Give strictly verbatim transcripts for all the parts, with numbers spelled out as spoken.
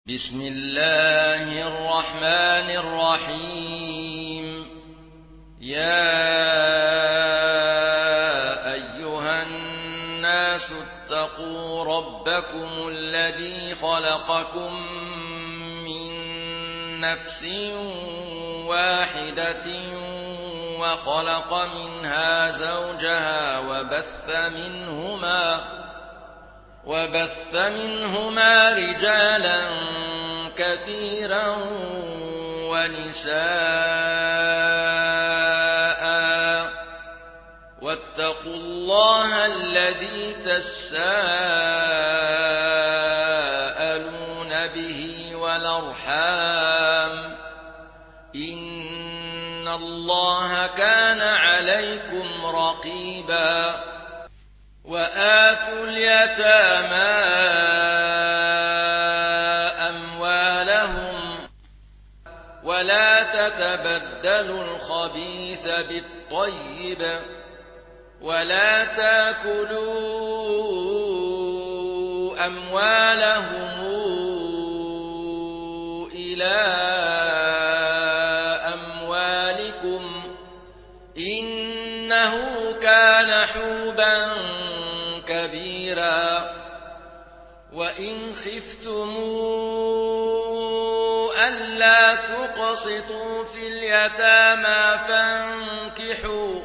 بسم الله الرحمن الرحيم. يا أيها الناس اتقوا ربكم الذي خلقكم من نفس واحدة وخلق منها زوجها وبث منهما وبث منهما رجالا كثيرا ونساء، واتقوا الله الذي تساءلون به والأرحام، إن الله كان عليكم رقيبا. وآتوا اليتامى أموالهم ولا تتبدلوا الخبيث بالطيب ولا تأكلوا أموالهم إلى أموالكم إنه كان حوبا كبيرا. وإن خفتموا ألا تقسطوا في اليتامى فانكحوا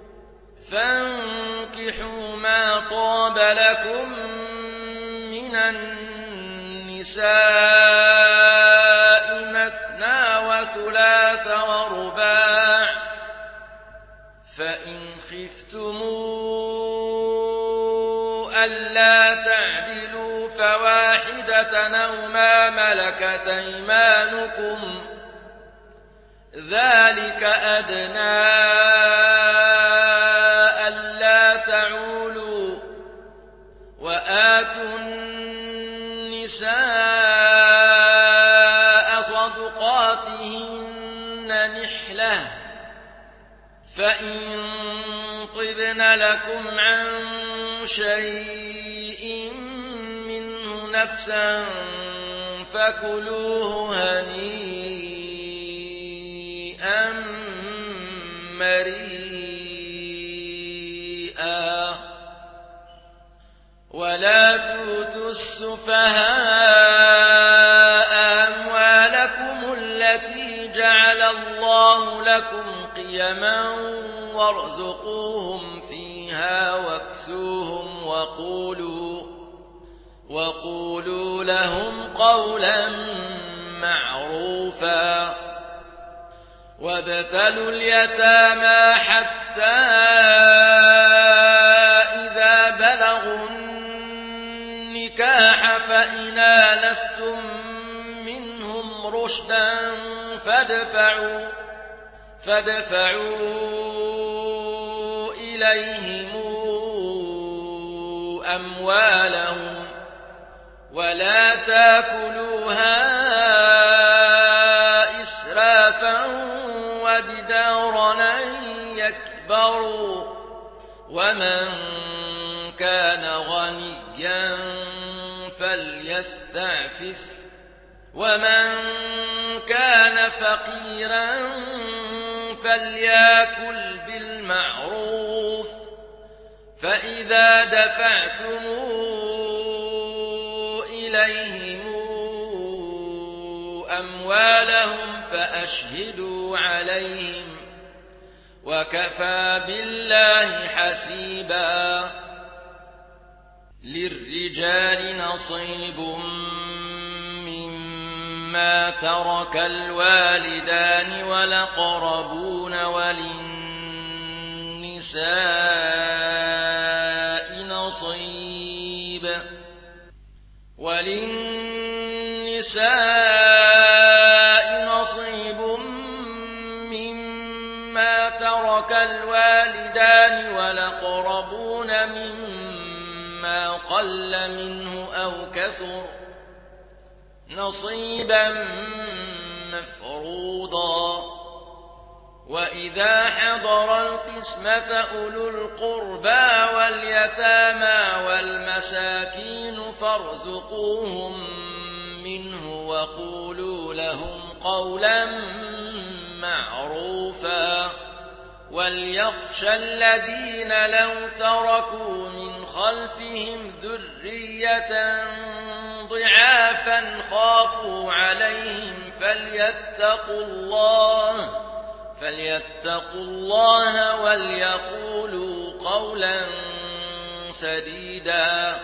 فانكحوا ما طاب لكم من النساء مثنى وثلاث ورباع، فإن خفتموا ألا تعدلوا فواحدة أو ما ملكت أيمانكم ذلك أدنى ألا تعولوا. وآتوا النساء صدقاتهن نحلة، فإن طبن لكم عن شيء منه نفسا فكلوه هنيئا مريئا. ولا تؤتوا السفهاء أموالكم التي جعل الله لكم قيما وارزقوهم فيها واكسوهم وقولوا, وقولوا لهم قولا معروفا. وابتلوا اليتامى حتى إذا بلغوا النكاح فإن آنستم منهم رشدا فادفعوا فادفعوا إليهم أموالهم ولا تأكلوها إسرافا وبدارا أن يكبروا. ومن كان غنيا فليستعفف ومن كان فقيرا فليأكل بالمعروف. فإذا دفعتم إليهم أموالهم فأشهدوا عليهم وكفى بالله حسيبا. للرجال نصيب مما ترك الوالدان والأقربون وللنساء نصيب وللنساء نصيب مما ترك الوالدان والأقربون مما قل منه أو كثر نصيبا مفروضا. وإذا حضر القسمة أولو القربى واليتامى والمساكين فارزقوهم منه وقولوا لهم قولا معروفا وليخشى الذين لو تركوا من خلفهم ذرية ضعافا خافوا عليهم فليتقوا الله فليتقوا الله وليقولوا قولا سديدا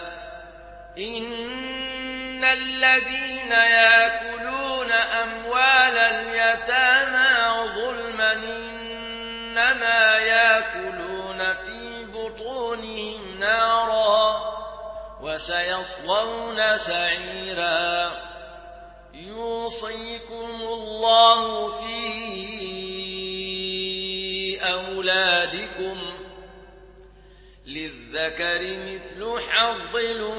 إن الذين يأكلون أموال اليتامى ظلما إنما يأكلون في بطونهم نارا وسيصلون سعيرا يوصيكم الله في أولادكم للذكر مثل حظ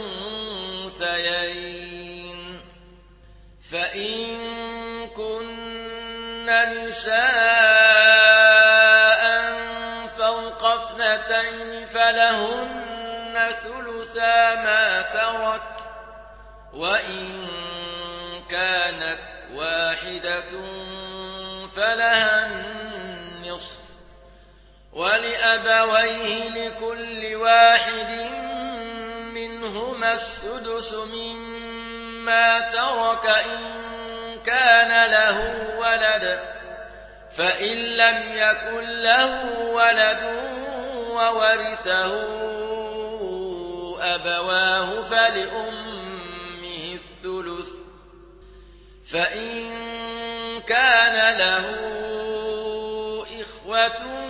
الأنثيين فإن كن نساء فوق اثنتين فلهن ثلثا ما ترك وإن كانت واحدة فلها النصف ولأبويه لكل واحد منهما السدس مما ترك إن كان له ولد فإن لم يكن له ولد وورثه أبواه فلأمه الثلث فإن كان له إخوة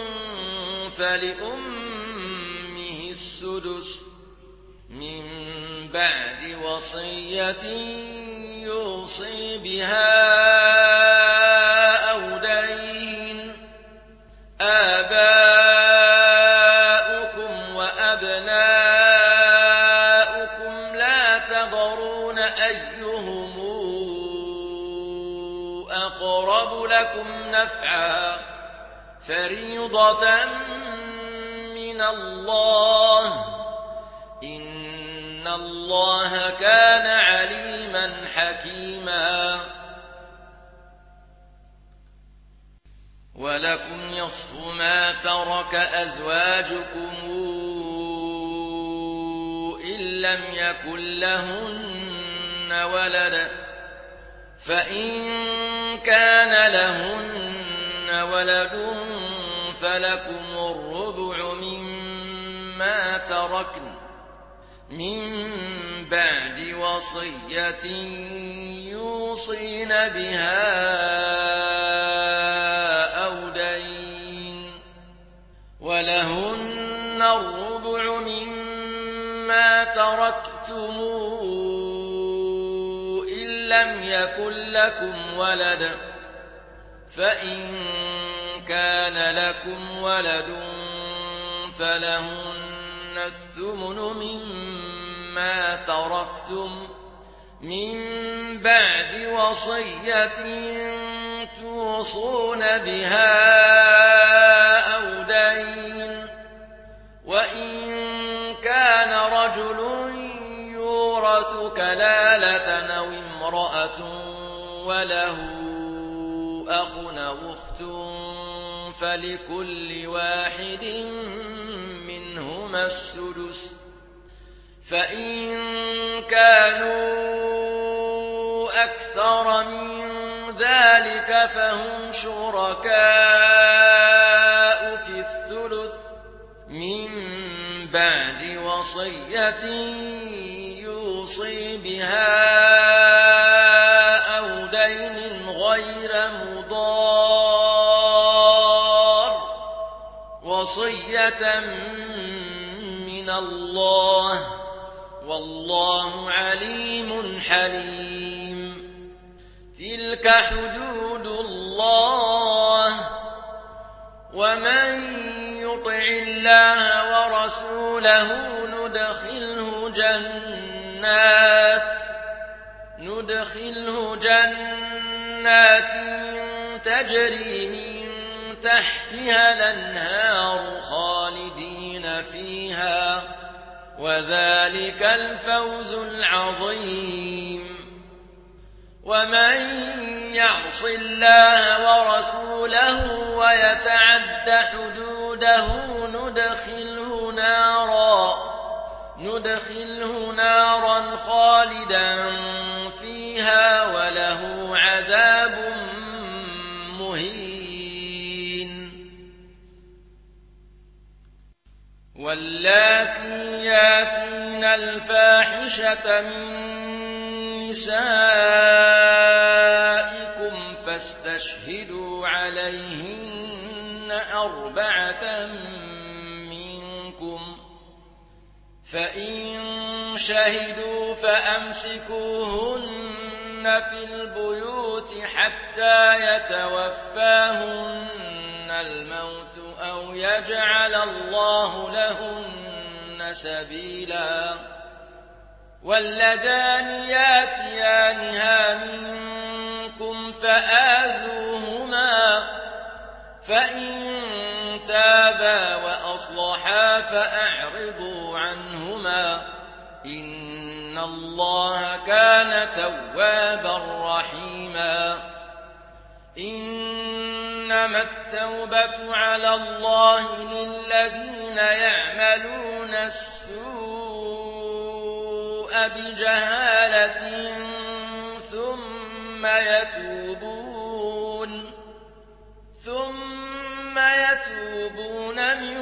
فلأمه السدس من بعد وصية يوصي بها أو دين آباؤكم وأبناؤكم لا تدرون أيهم أقرب لكم نفعا فريضة من الله إن الله كان عليما حكيما ولكم نصف ما ترك أزواجكم إن لم يكن لهن ولد فإن كان لهن ولد فلكم الربع مما تركن من بعد وصية يوصين بها أو دين ولهن الربع مما تركتم إن لم يكن لكم ولد فإن كان لكم ولد فلهن الثمن مما تركتم من بعد وصية توصون بها أو دين وإن كان رجل يورث كلالة أو امرأة وله أخ أو أخت فلكل واحد منهما السدس فإن كانوا أكثر من ذلك فهم شركاء في الثلث من بعد وصية يوصي بها أو دين غير مضار وصية من الله والله عليم حليم تلك حدود الله ومن يطع الله ورسوله ندخله جنات ندخله جنات تجري من تحتها الأنهار خالدين فيها وذلك الفوز العظيم ومن يعص الله ورسوله ويتعد حدوده ندخله نارا ندخله نارا خالدا فيها وله عذاب مهين. واللاتي ياتين الفاحشة من نسائكم فاستشهدوا عليهن أربعة منكم فإن شهدوا فأمسكوهن في البيوت حتى يتوفاهن الموت أو يجعل الله لهن سبيلا. واللذان ياتيانها منكم فآذوهما فإن تابا وأصلحا فأعرضوا عنهما إن الله كان توابا رحيما. إنما التوبة على الله للذين يعملون السوء بجهالة ثم يتوبون ثم يتوبون من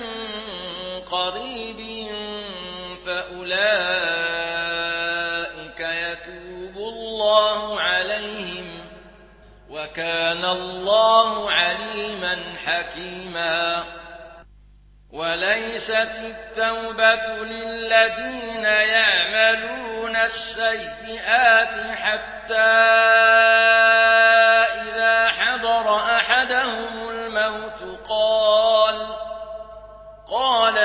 قريب فأولئك يتوب الله عليهم وكان الله عليما حكيما. وليست التوبة للذين يعملون السيئات حتى إذا حضر أحدهم الموت قال قال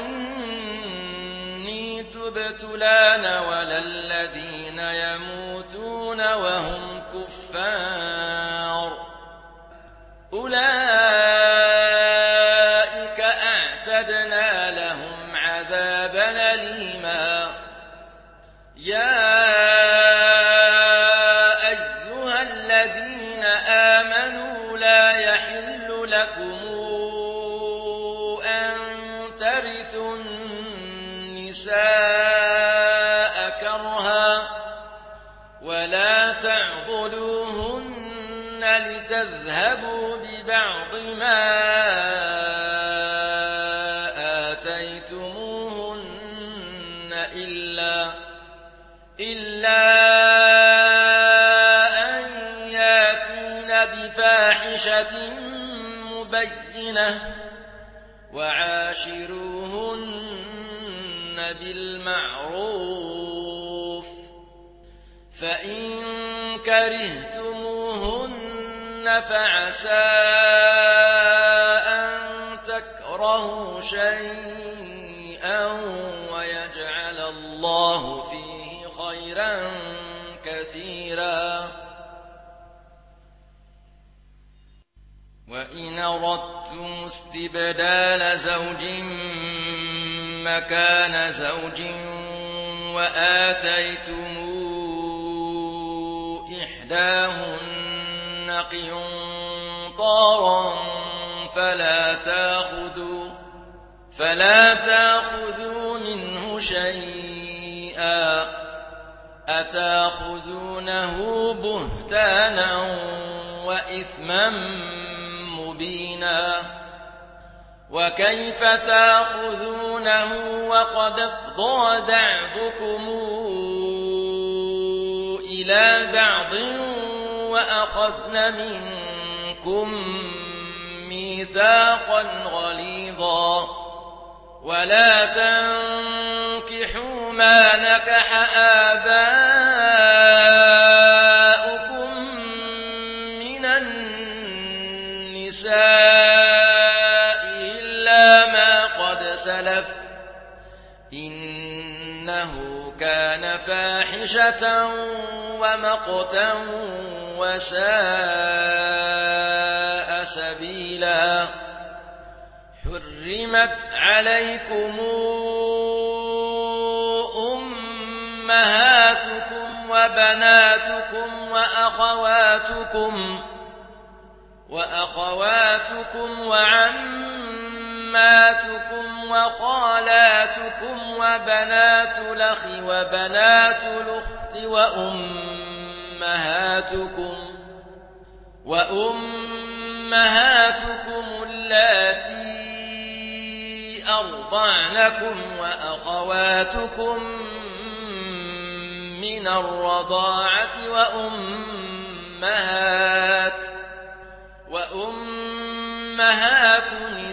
إني تبت الآن ولا الذين يموتون وهم كفار أولئك أعتدنا لهم عذابا أليما. يا أيها الذين آمنوا لا يحل لكم أن ترثوا النساء كرها ولا تعضلوهن لتذهبوا ببعض ما آتيتموهن إلا إلا أن ياتين بفاحشة مبينة وعاشروهن بالمعروف فإن كرهتموهن فعسى أن تكرهوا شيئا ويجعل الله فيه خيرا كثيرا. وإن أردتم استبدال زوج مكان زوج وآتيتم إحداهن قنطارا فلا تأخذوا فلا تأخذوا منه شيئا أتأخذونه بهتانا وإثما مبينا. وكيف تأخذونه وقد أفضى بعضكم إلى بعض وأخذن منكم ميثاقا غليظا. ولا تنكحوا ما نكح آباؤكم من النساء إلا ما قد سلف إنه كان فاحشة ومقتا وساء سبيلا. حرمت عليكم أمهاتكم وبناتكم وأخواتكم وأخواتكم وعماتكم وخالاتكم وبنات الأخ وبنات الأخت وأمهاتكم وأمهاتكم اللاتي أرضعنكم وأخواتكم من الرضاعة وأمهات وأمهات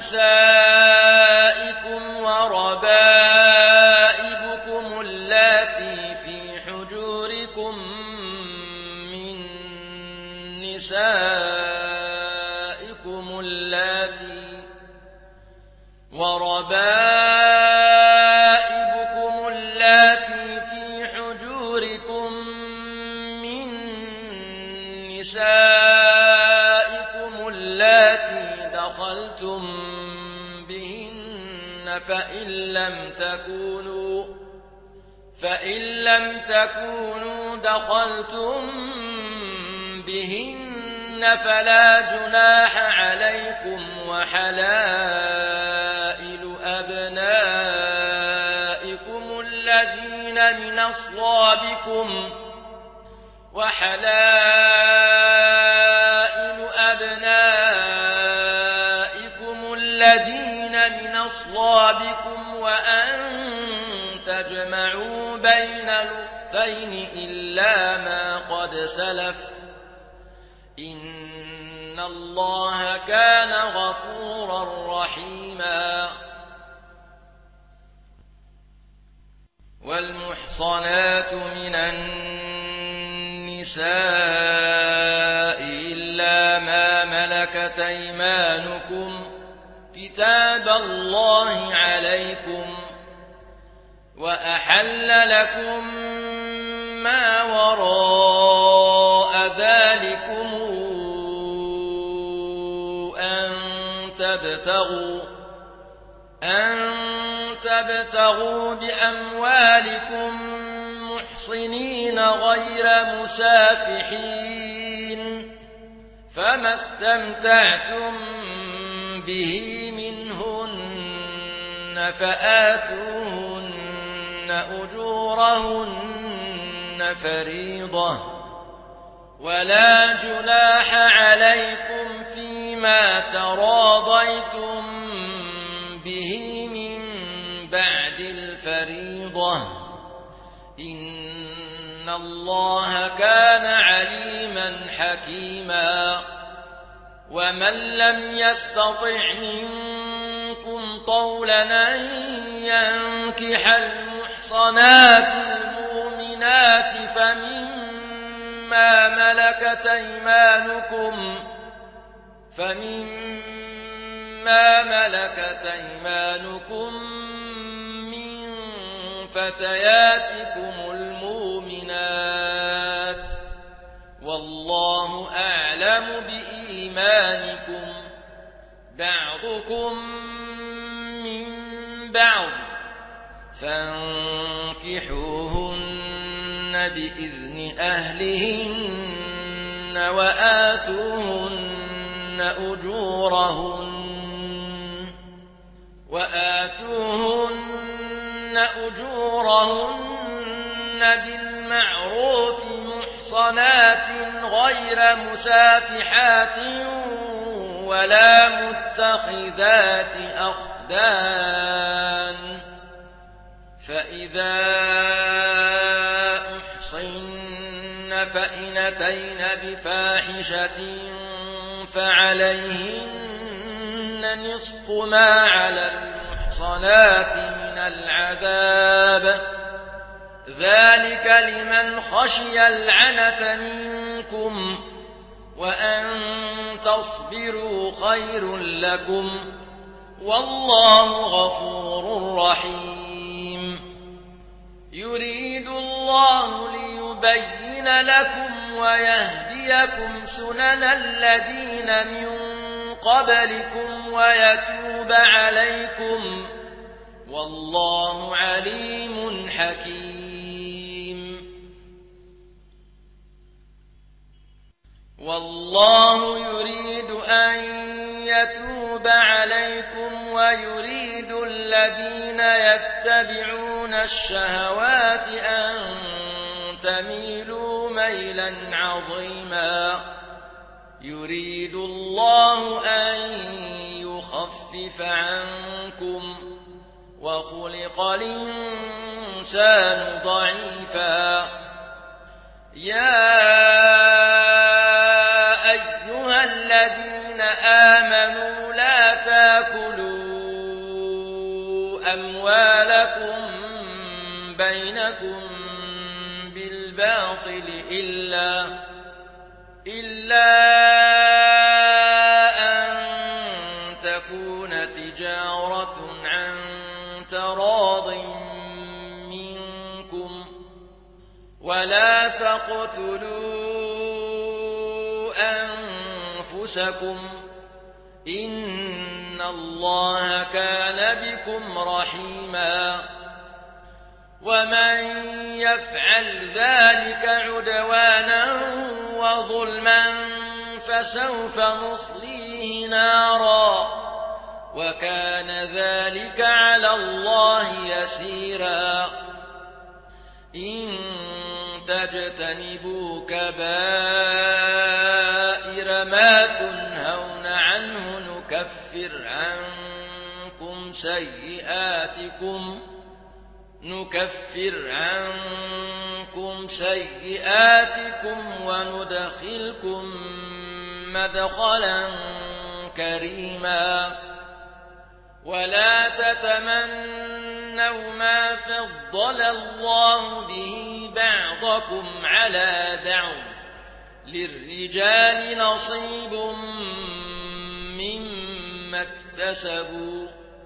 نسائكم وربائبكم اللاتي في حجوركم من نسائكم اللاتي وربائبكم اللاتي في حجوركم من نسائكم اللاتي دخلتم بهن فإن لم تكونوا فإن لم تكونوا دخلتم بهن فلا جناح عليكم وحلائل أبنائكم الذين من أصلابكم وحلائل أبنائكم الذين من أصلابكم وأن تجمعوا بين الأختين إلا ما قد سلف إن الله كان غفورا رحيما. والمحصنات من النساء إلا ما ملكت أيمانكم كتاب الله عليكم وأحل لكم ما وراء ذلكم أن تبتغوا أن تبتغوا بأموالكم محصنين غير مسافحين فما استمتعتم به منهن فآتوهن أجورهن فريضة ولا جناح عليكم فيما تراضيتم به من بعد الفريضة إن الله كان عليما حكيما. ومن لم يستطع منكم طولا أن ينكح المحصنات المؤمنات فمما ملكت أيمانكم فمما ملكت أيمانكم من فتياتكم المؤمنات والله أعلم بإيمانكم بعضكم من بعض فانكحوهن بإذن أهلهن وآتوهن أجورهن وآتوهن أجورهن بالمعروف محصنات غير مسافحات ولا متخذات أخدان فإذا أحصن فإن أتين بفاحشة فعليهن نصف ما على المحصنات من العذاب ذلك لمن خشي العنة منكم وأن تصبروا خير لكم والله غفور رحيم. يريد الله ليبين لكم ويهديكم سنن الذين من قبلكم ويتوب عليكم والله عليم حكيم. والله يريد أن يتوب عليكم ويريد الذين يتبعون الشهوات أن تميلوا ميلا عظيما يريد الله أن يخفف عنكم وخلق الإنسان ضعيفا يا أيها الذين آمنوا لا تاكلوا أموالكم بينكم بالباطل إلا إلا أن تكون تجارة عن تراض منكم ولا تقتلوا أنفسكم إن الله كان بكم رحيما ومن يفعل ذلك عدوانا وظلما فسوف نصليه نارا وكان ذلك على الله يسيرا إن تجتنبوا كبائر ما تنهون عنه نكفر عنكم سيئاتكم نكفر عنكم سيئاتكم وندخلكم مدخلا كريما ولا تتمنوا ما فضل الله به بعضكم على بعض للرجال نصيب مما اكتسبوا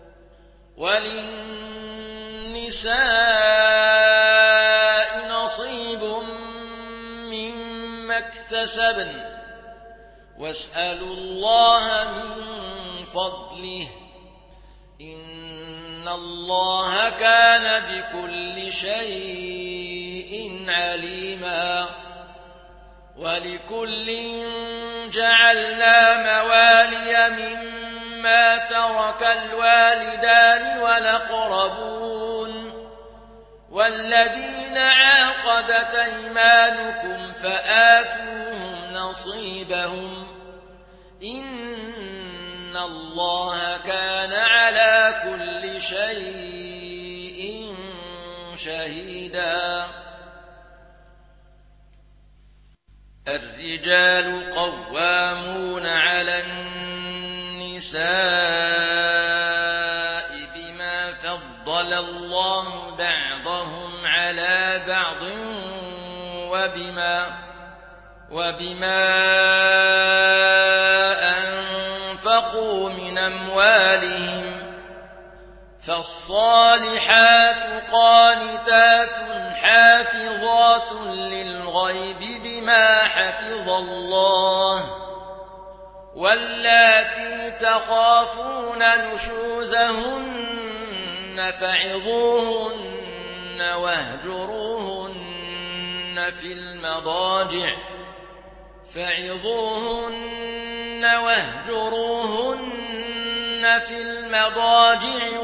وللنساء نصيب مما اكتسبن واسألوا الله من فضله إن الله كان بكل شيء عليما ولكل جعلنا موالي مما ترك الوالدان والأقربون والذين عاقدت أيمانكم فآتوهم نصيبهم إن الله كان على كل شيء شهيدا الرجال قوامون على النساء بما فضل الله بعضهم على بعض وبما وبما أنفقوا من أموالهم فالصالحات قانتات حافظات للغيب بما حفظ الله واللاتي تخافون نشوزهن فعظوهن واهجروهن في المضاجع فعظوهن واهجروهن في المضاجع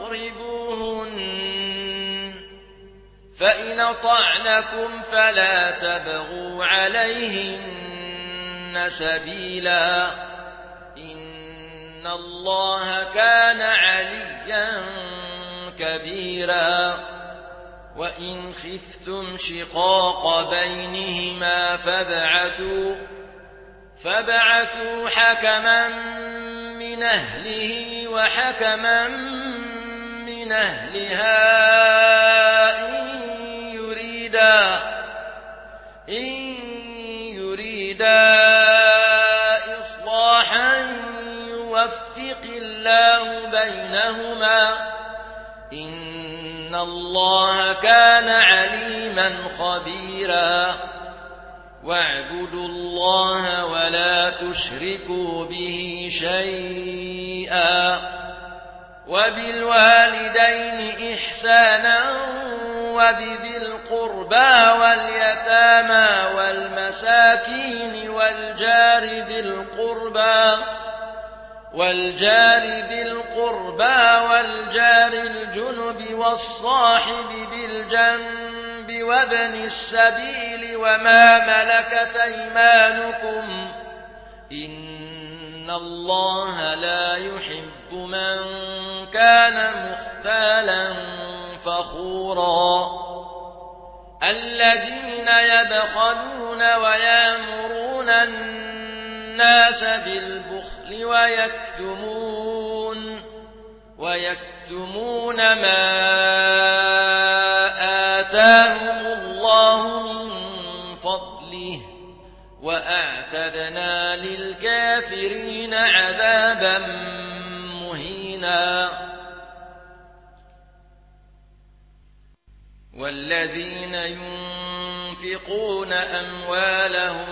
واضربوهن فإن أطعنكم فلا تبغوا عليهن سبيلا إن الله كان عليا كبيرا وإن خفتم شقاق بينهما فابعثوا فابعثوا حكما من أهله وحكما من أهلها إن يريدا إن يريدا إصلاحا يوفق الله بينهما إن الله كان عليما خبيرا واعبدوا الله ولا تشركوا به شيئا وبالوالدين إحسانا وبذي القربى واليتامى والمساكين والجار والجار ذي القربى والجار ذي القربى والجار الجنب والصاحب بالجنب وابن السبيل وما ملكت أيمانكم إن الله لا يحب من كان مختالا فخورا الذين يبخلون ويأمرون الناس بالبخل ويكتمون ويكتمون ما آتاهم الله من فضله وأعتدنا للكافرين عذابا مهينا والذين ينفقون أموالهم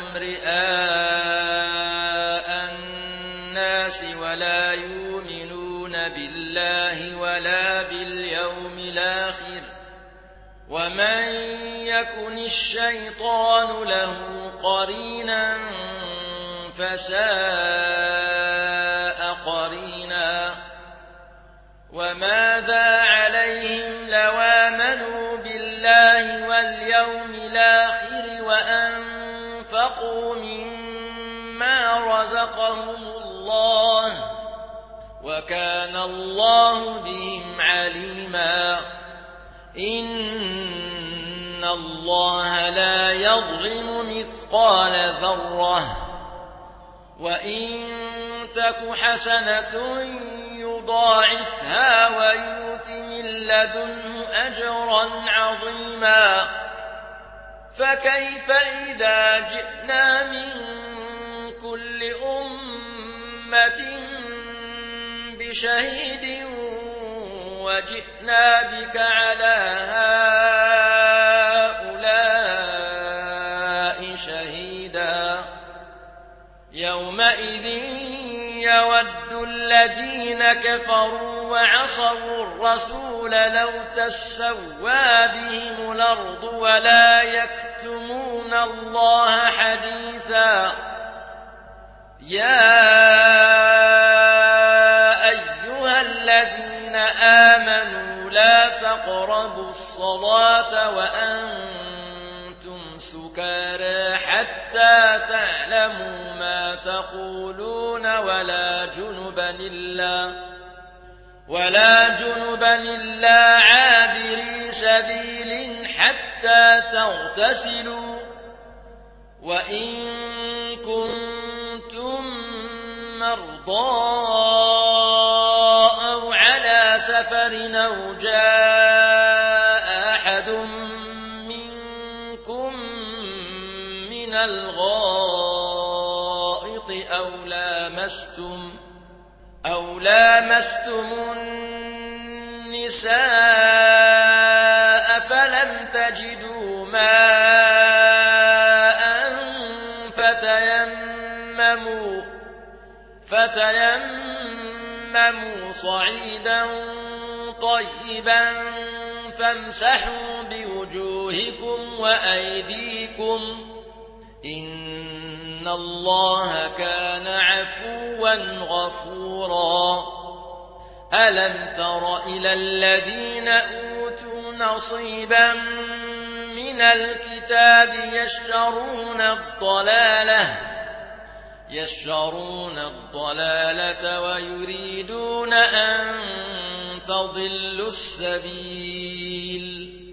رئاء الناس ولا يؤمنون بالله ولا باليوم الآخر ومن يكن الشيطان له قرينا فساء قرينا وماذا عليهم لو آمنوا بالله واليوم الآخر وأنفقوا مما رزقهم الله وكان الله بهم عليما إن الله لا يظلم مثقال ذرة وإن تك حسنة يضاعفها ويؤت من لدنه أجرا عظيما فكيف إذا جئنا من كل أمة بشهيد وجئنا بك على هؤلاء شهيدا يومئذ يود الذين كفروا وعصوا الرسول لو تسوى بهم الأرض ولا يكتمون الله حديثا يا أيها الذين آمنوا لا تقربوا الصلاة وأنتم سكارى حتى تعلموا ما تقولون ولا جنبا إلا ولا جنبا إلا عابري سبيل حتى تغتسلوا وإن كنتم مرضى أو على سفر أو جاء أحد منكم من الغائط أو لامستم أو لامستم النساء فلم تجدوا ماء فتيمموا فتيمموا صعيدا طيبا فامسحوا بوجوهكم وأيديكم إن الله كان عفوا غفورا ألم تر إلى الذين أوتوا نصيبا من الكتاب يشترون الضلالة يشترون الضلالة ويريدون أن تضلوا السبيل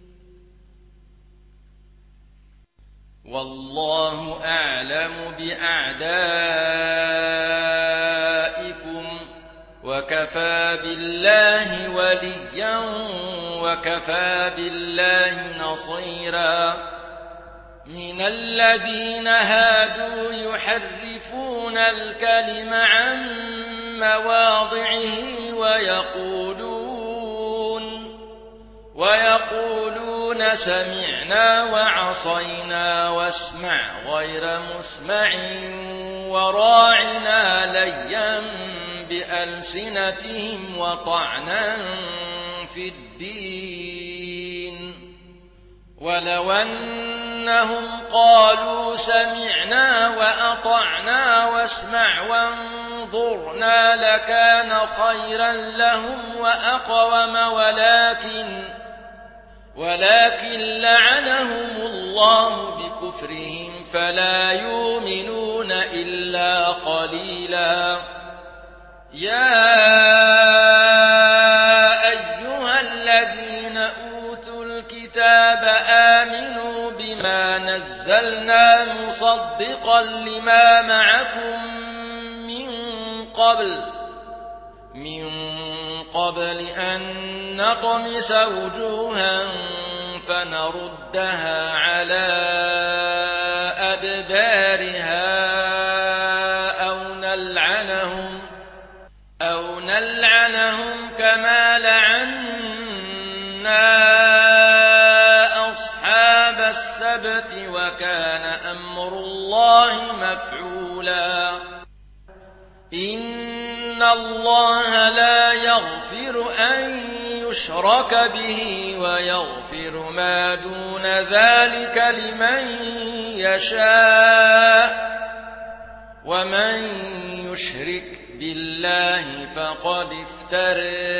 والله أعلم بأعدائكم وكفى بالله وليا وكفى بالله نصيرا من الذين هادوا يحرفون الكلم عن مواضعه ويقولون ويقولون سمعنا وعصينا واسمع غير مسمع وراعنا ليا بألسنتهم وطعنا في الدين ولو أنهم قالوا سمعنا وأطعنا أطعنا واسمع وانظرنا لكان خيرا لهم وأقوم ولكن ولكن لعنهم الله بكفرهم فلا يؤمنون إلا قليلا. يا أيها الذين أوتوا الكتاب آمنوا بما نزلنا مصدقا لما معكم من قبل من قبل أن نطمس وجوها فنردها على أدبارها أو نلعنهم أو نلعنهم كما لعنا أصحاب السبت وكان أمر الله مفعولا. إن الله لا يغفر أن يشرك به ويغفر ما دون ذلك لمن يشاء ومن يشرك بالله فقد افترى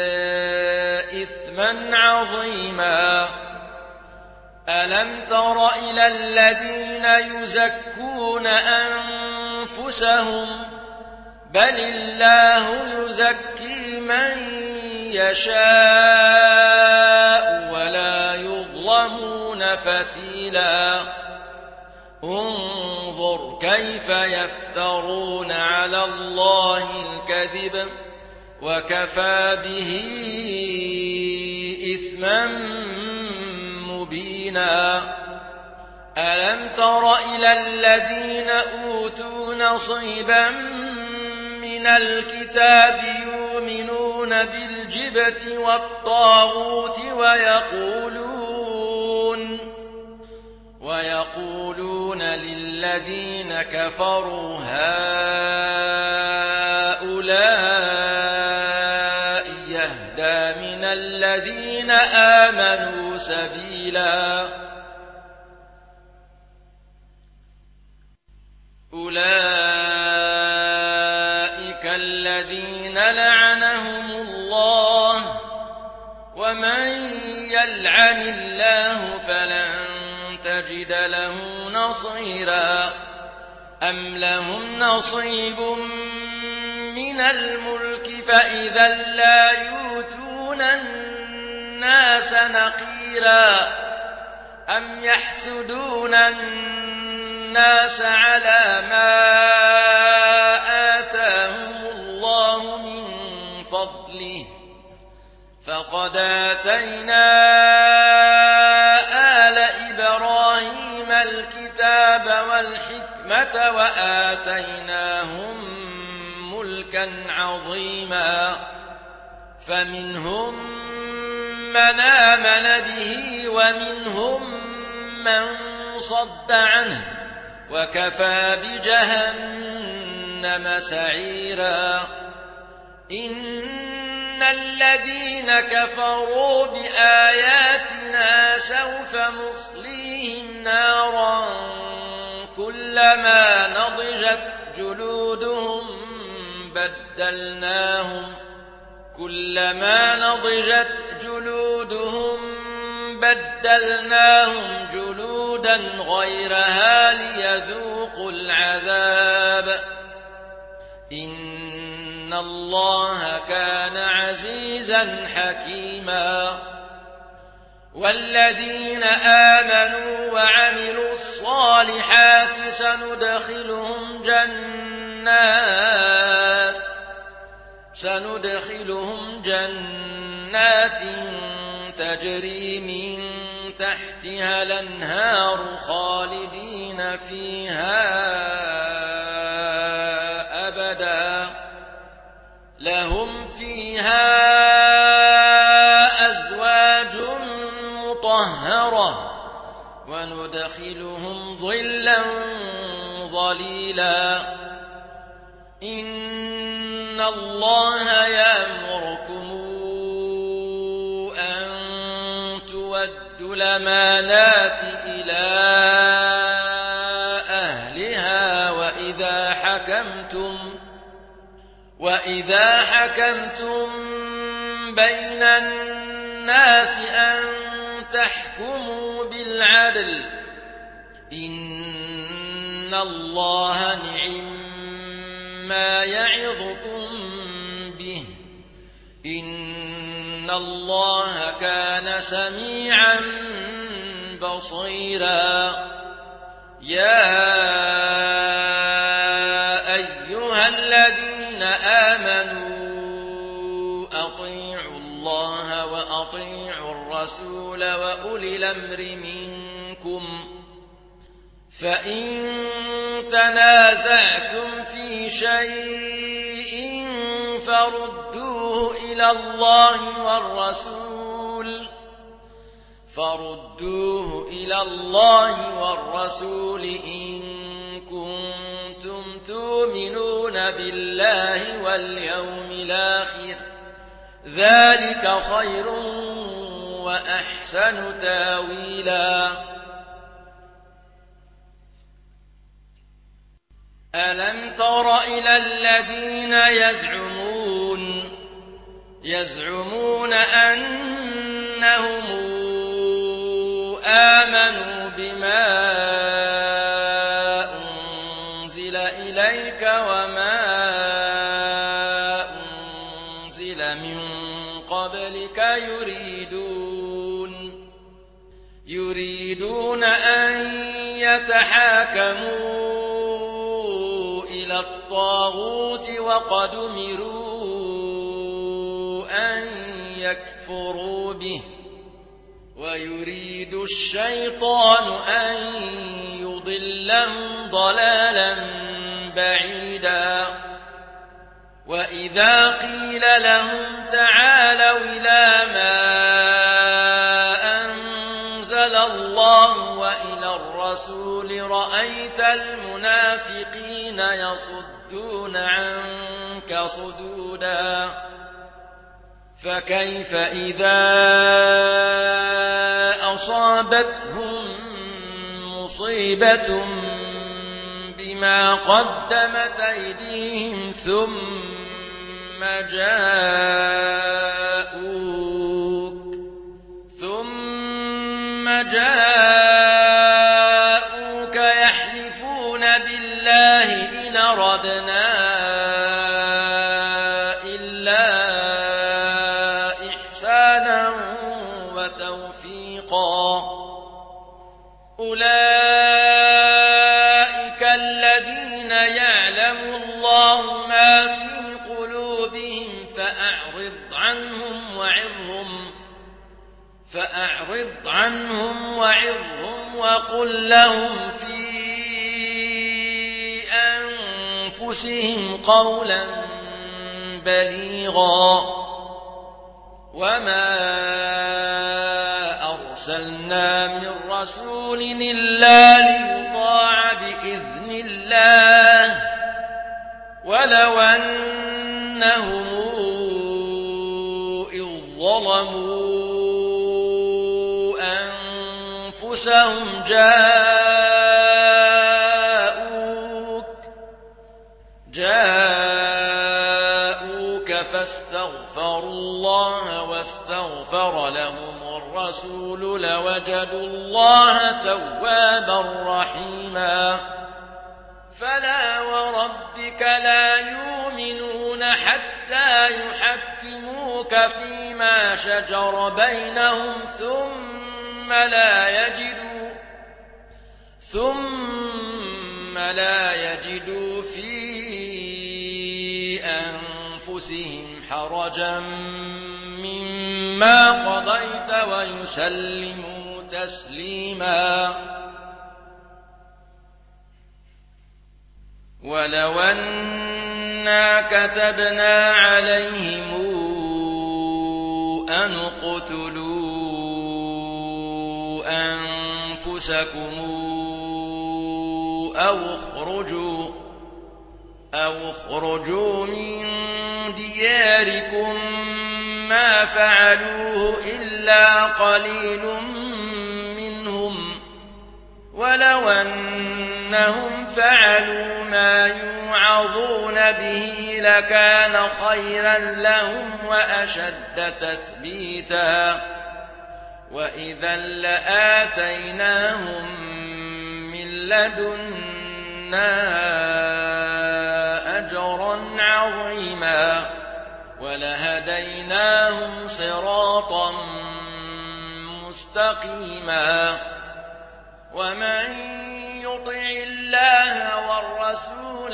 إثما عظيما. ألم تر إلى الذين يزكون أنفسهم بل الله يزكي من يشاء ولا يظلمون فتيلا. انظر كيف يفترون على الله الكذب وكفى به إثما مبينا. ألم تر إلى الذين أوتوا نصيبا من الكتاب يؤمنون بالجبت والطاغوت ويقولون ويقولون للذين كفروا هؤلاء يهدى من الذين آمنوا سبيلا. أولئك الذين لعنهم الله ومن يلعن الله فلن تجد له نصيرا. أم لهم نصيب من الملك فإذا لا يؤتون الناس نقيرا. أم يحسدون الناس على ما آتاهم الله من فضله فقد آتينا آل إبراهيم الكتاب والحكمة وآتيناهم ملكا عظيما. فمنهم من آمن به ومنهم من صد عنه وكفى بجهنم سعيرا. إن الذين كفروا بآياتنا سوف نصليهم نارا كلما نضجت جلودهم بدلناهم كلما نضجت جلودهم بدلناهم جلودا غيرها ليذوقوا العذاب. إن الله كان عزيزا حكيما. والذين آمنوا وعملوا الصالحات سندخلهم جنات سندخلهم جنات تجري من تحتها الأنهار خالدين فيها أبدا. لهم فيها أزواج مطهرة وندخلهم ظلا ظليلا. إن الله يأمركم أن تؤدوا الأمانات إلى أهلها وإن وإذا حكمتم وإذا حكمتم بين الناس أن تحكموا بالعدل إن الله نعما يعظكم به إن الله كان سميعا بصيرا يا أيها الذين آمنوا أطيعوا الله وأطيعوا الرسول وأولي الأمر منكم فإن تنازعتم في شيء فردوه إلى الله والرسول فردوه إلى الله والرسول إن كنتم تؤمنون بالله واليوم الآخر ذلك خير وأحسن تاويلا ألم تر إلى الذين يزعمون يزعمون أنهم آمنوا بما أنزل إليك وما أنزل من قبلك يريدون يريدون أن يتحاكموا إلى الطاغوت وقد أمروا أن يكفروا به ويريد الشيطان أن يضلهم ضلالا بعيدا وإذا قيل لهم تعالوا إلى ما أنزل الله وإلى الرسول رأيت المنافقين يصدون عنك صدودا فكيف إذا أصابتهم مصيبة بما قدمت أيديهم ثم جاءوك ثم جاءوك يحلفون بالله إن أردنا أولئك الذين يعلم الله ما في قلوبهم فأعرض عنهم وعظهم فأعرض عنهم وعظهم وقل لهم في أنفسهم قولا بليغا وما أرسلنا من رسول إلا ليطاع بإذن الله ولو أنهم إذ ظلموا أنفسهم جاءوك جاءوك فاستغفروا الله واستغفر لهم الرسول لوجدوا الله توابا رحيما فلا وربك لا يؤمنون حتى يحكموك فيما شجر بينهم ثم لا يجدوا ثم لا يجدوا في أنفسهم حرجا مما قضيت ويسلموا تسليما ولو أنا كتبنا عليهم أن اقتلوا أنفسكم أو اخرجوا أو اخرجوا من دياركم ما فعلوه إلا قليل منهم ولو أنهم فعلوا ما يوعظون به لكان خيرا لهم وأشد تثبيتا وإذا لآتيناهم من لدنا أجرا عظيما ولهديناهم صراطا مستقيما ومن يطع الله والرسول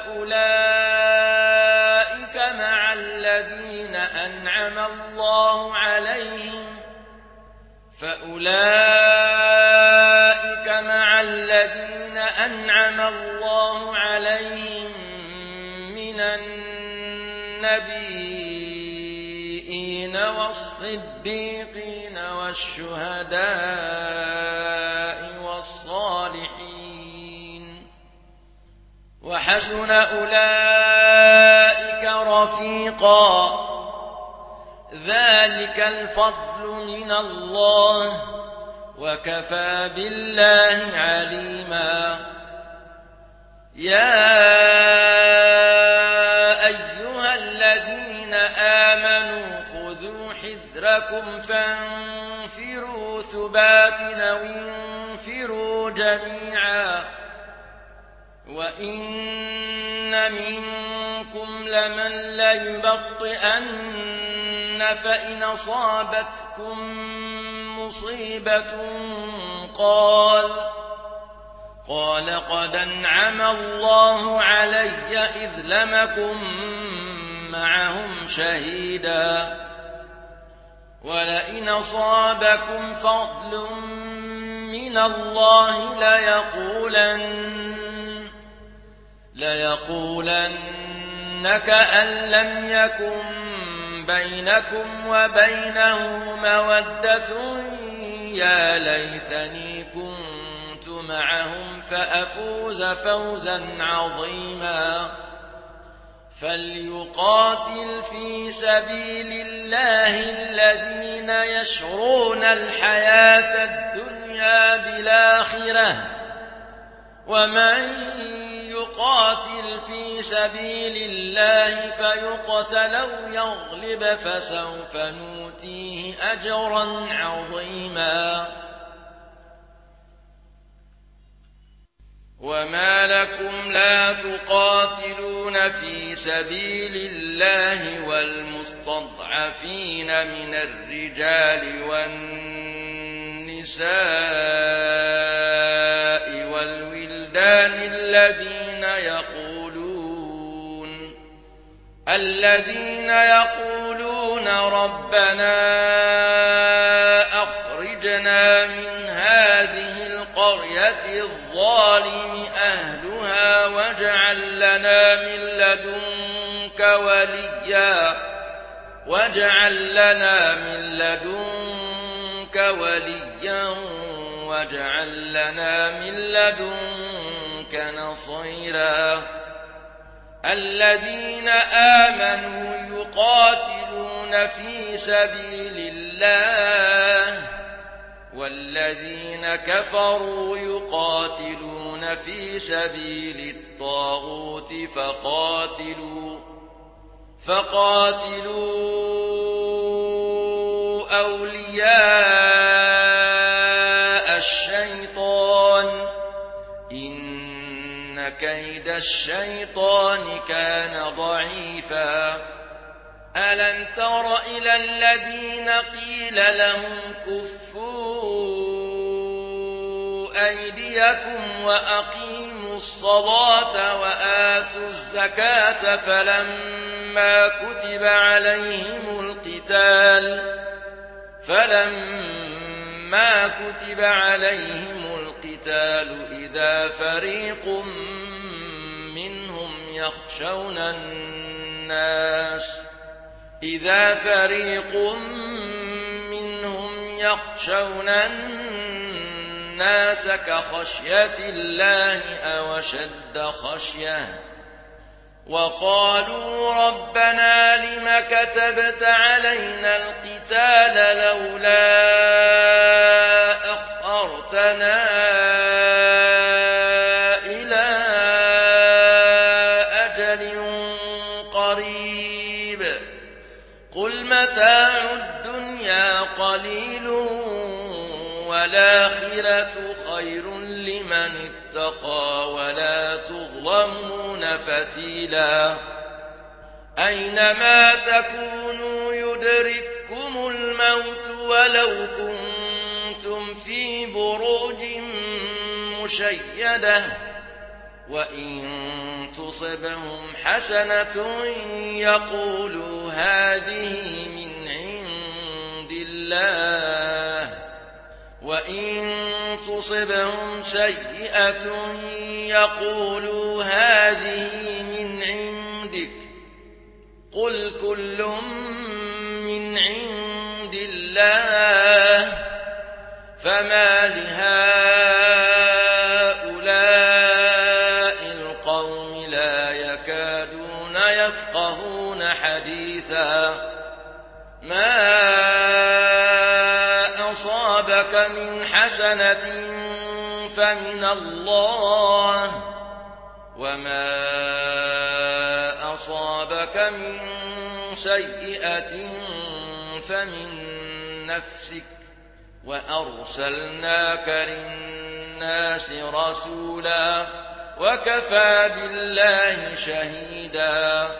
فأولئك مع الذين أنعم الله عليهم فأولئك مع الذين أنعم الله عليهم من النبيين والصديقين والشهداء والصالحين وحسن أولئك رفيقا ذلك الفضل من الله وكفى بالله عليما يا أيها الذين آمنوا خذوا حذركم فانفروا ثبات أو انفروا جميعا وإن منكم لمن ليبطئن فإن أصابتكم مصيبة قال قال قد أنعم الله علي إذ لم أكن معهم شهيدا ولئن أصابكم فضل من الله ليقولن ليقولن كأن لم يكن بينكم وبينه مودة يا ليتني كنت معهم فأفوز فوزا عظيما فليقاتل في سبيل الله الذين يشرون الحياة الدنيا بالآخرة ومن يقاتل في سبيل الله فيقتل أو يغلب فسوف نؤتيه أجرا عظيما وما لكم لا تقاتلون في سبيل الله والمستضعفين من الرجال والنساء والولدان الذين يقولون الذين يقولون ربنا أخرجنا من هذه القرية الظالم أهلها واجعل لنا من لدنك وليا واجعل لنا من لدنك وليا واجعل لنا من لدنك نصيرا الذين آمنوا يقاتلون في سبيل الله والذين كفروا يقاتلون في سبيل الطاغوت فقاتلوا فقاتلوا أولياء الشيطان إن كيد الشيطان كان ضعيفا ألم تر إلى الذين قيل لهم كفوا أيديكم وأقيموا الصلاة وآتوا الزكاة فلما كتب عليهم القتال فلما كتب عليهم القتال إذا فريق منهم يخشون الناس إذا فريق منهم يخشون الناس كخشية الله أو أشد خشية وقالوا ربنا لم كتبت علينا القتال لولا أخرتنا قل متاع الدنيا قليل والآخرة خير لمن اتقى ولا تظلمون فتيلا أينما تكونوا يدرككم الموت ولو كنتم في بروج مشيدة وإن تصبهم حسنة يقولوا هذه من عند الله وإن تصبهم سيئة يقولوا هذه من عندك قل كل من عند الله فما لهؤلاء القوم لا يكادون يفقهون حديثا ما أصابك من حسنة فمن الله وما أصابك من سيئة فمن نفسك وأرسلناك للناس رسولا وكفى بالله شهيدا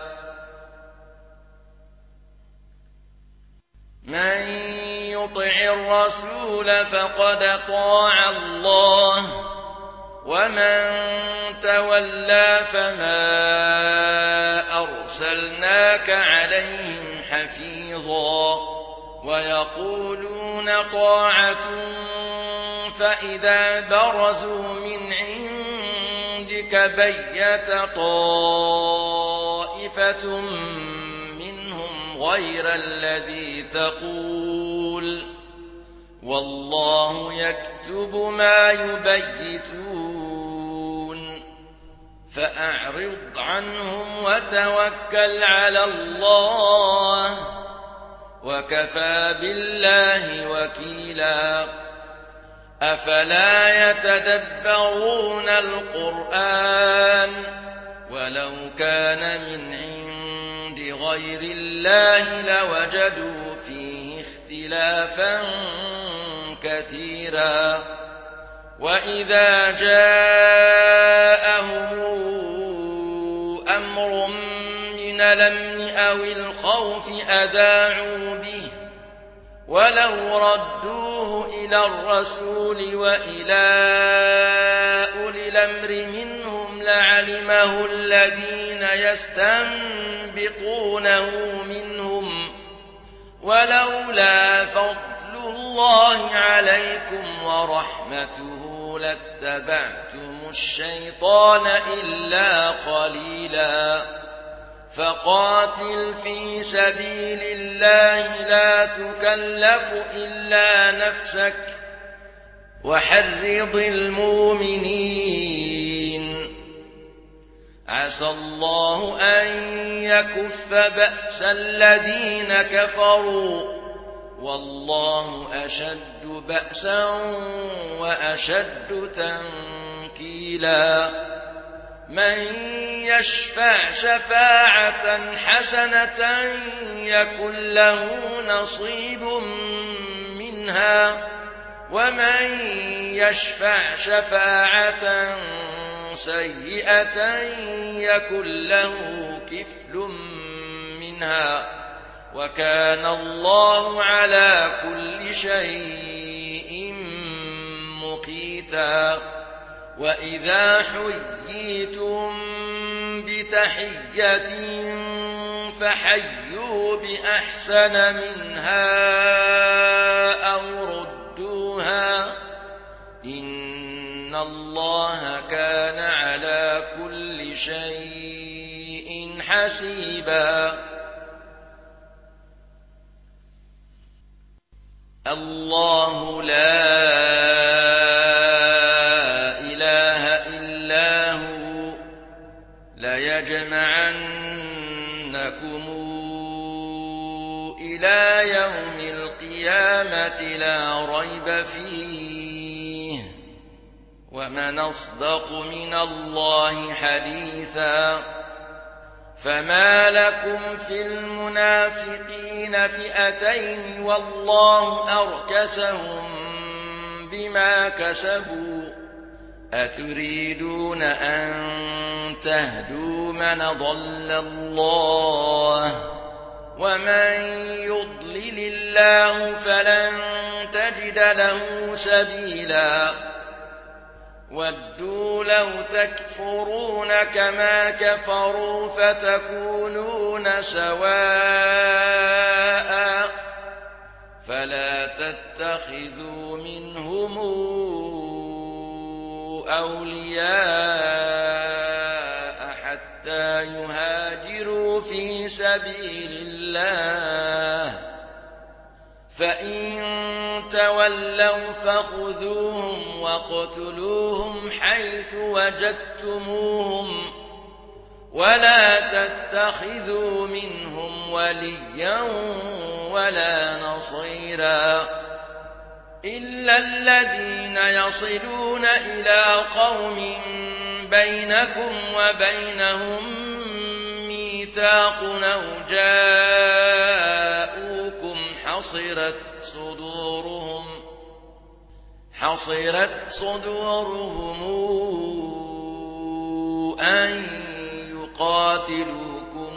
من يطع الرسول فقد طاع الله ومن تولى فما أرسلناك عليهم حفيظا ويقولون طاعة فإذا برزوا من عندك بيت طائفة منهم غير الذي تقول والله يكتب ما يبيتون فأعرض عنهم وتوكل على الله وكفى بالله وكيلا أفلا يتدبرون القرآن ولو كان من عند غير الله لوجدوا فيه اختلافا كثيرا وإذا جاءهم أمر من الأمن أو الخوف أذاعوا به ولو ردوه إلى الرسول وإلى أولي الأمر منهم لعلمه الذين يستنبطونه منهم ولولا فضل الله عليكم ورحمته لاتبعتم الشيطان إلا قليلا فقاتل في سبيل الله لا تكلف إلا نفسك وحرض المؤمنين عسى الله أن يكف بأس الذين كفروا والله أشد بأسا وأشد تنكيلا من يشفع شفاعة حسنة يكن له نصيب منها ومن يشفع شفاعة سيئة يكن له كفل منها وكان الله على كل شيء مقيتا وإذا حييتم بتحية فحيوا بأحسن منها أو ردوها إن الله كان على كل شيء حسيبا الله لا إله إلا هو ليجمعنكم إلى يوم القيامة لا ريب فيه ومن أصدق من الله حديثا فما لكم في المنافقين فئتين والله أركسهم بما كسبوا أتريدون أن تهدوا من ضل الله ومن يضلل الله فلن تجد له سبيلا ودوا لو تكفرون كما كفروا فتكونون سواء فلا تتخذوا منهم أولياء حتى يهاجروا في سبيل الله فإن تولوا فخذوهم واقتلوهم حيث وجدتموهم ولا تتخذوا منهم وليا ولا نصيرا إلا الذين يصلون إلى قوم بينكم وبينهم ميثاق أو جاءوكم حصرت صدورهم حصرت صدورهم أن يقاتلوكم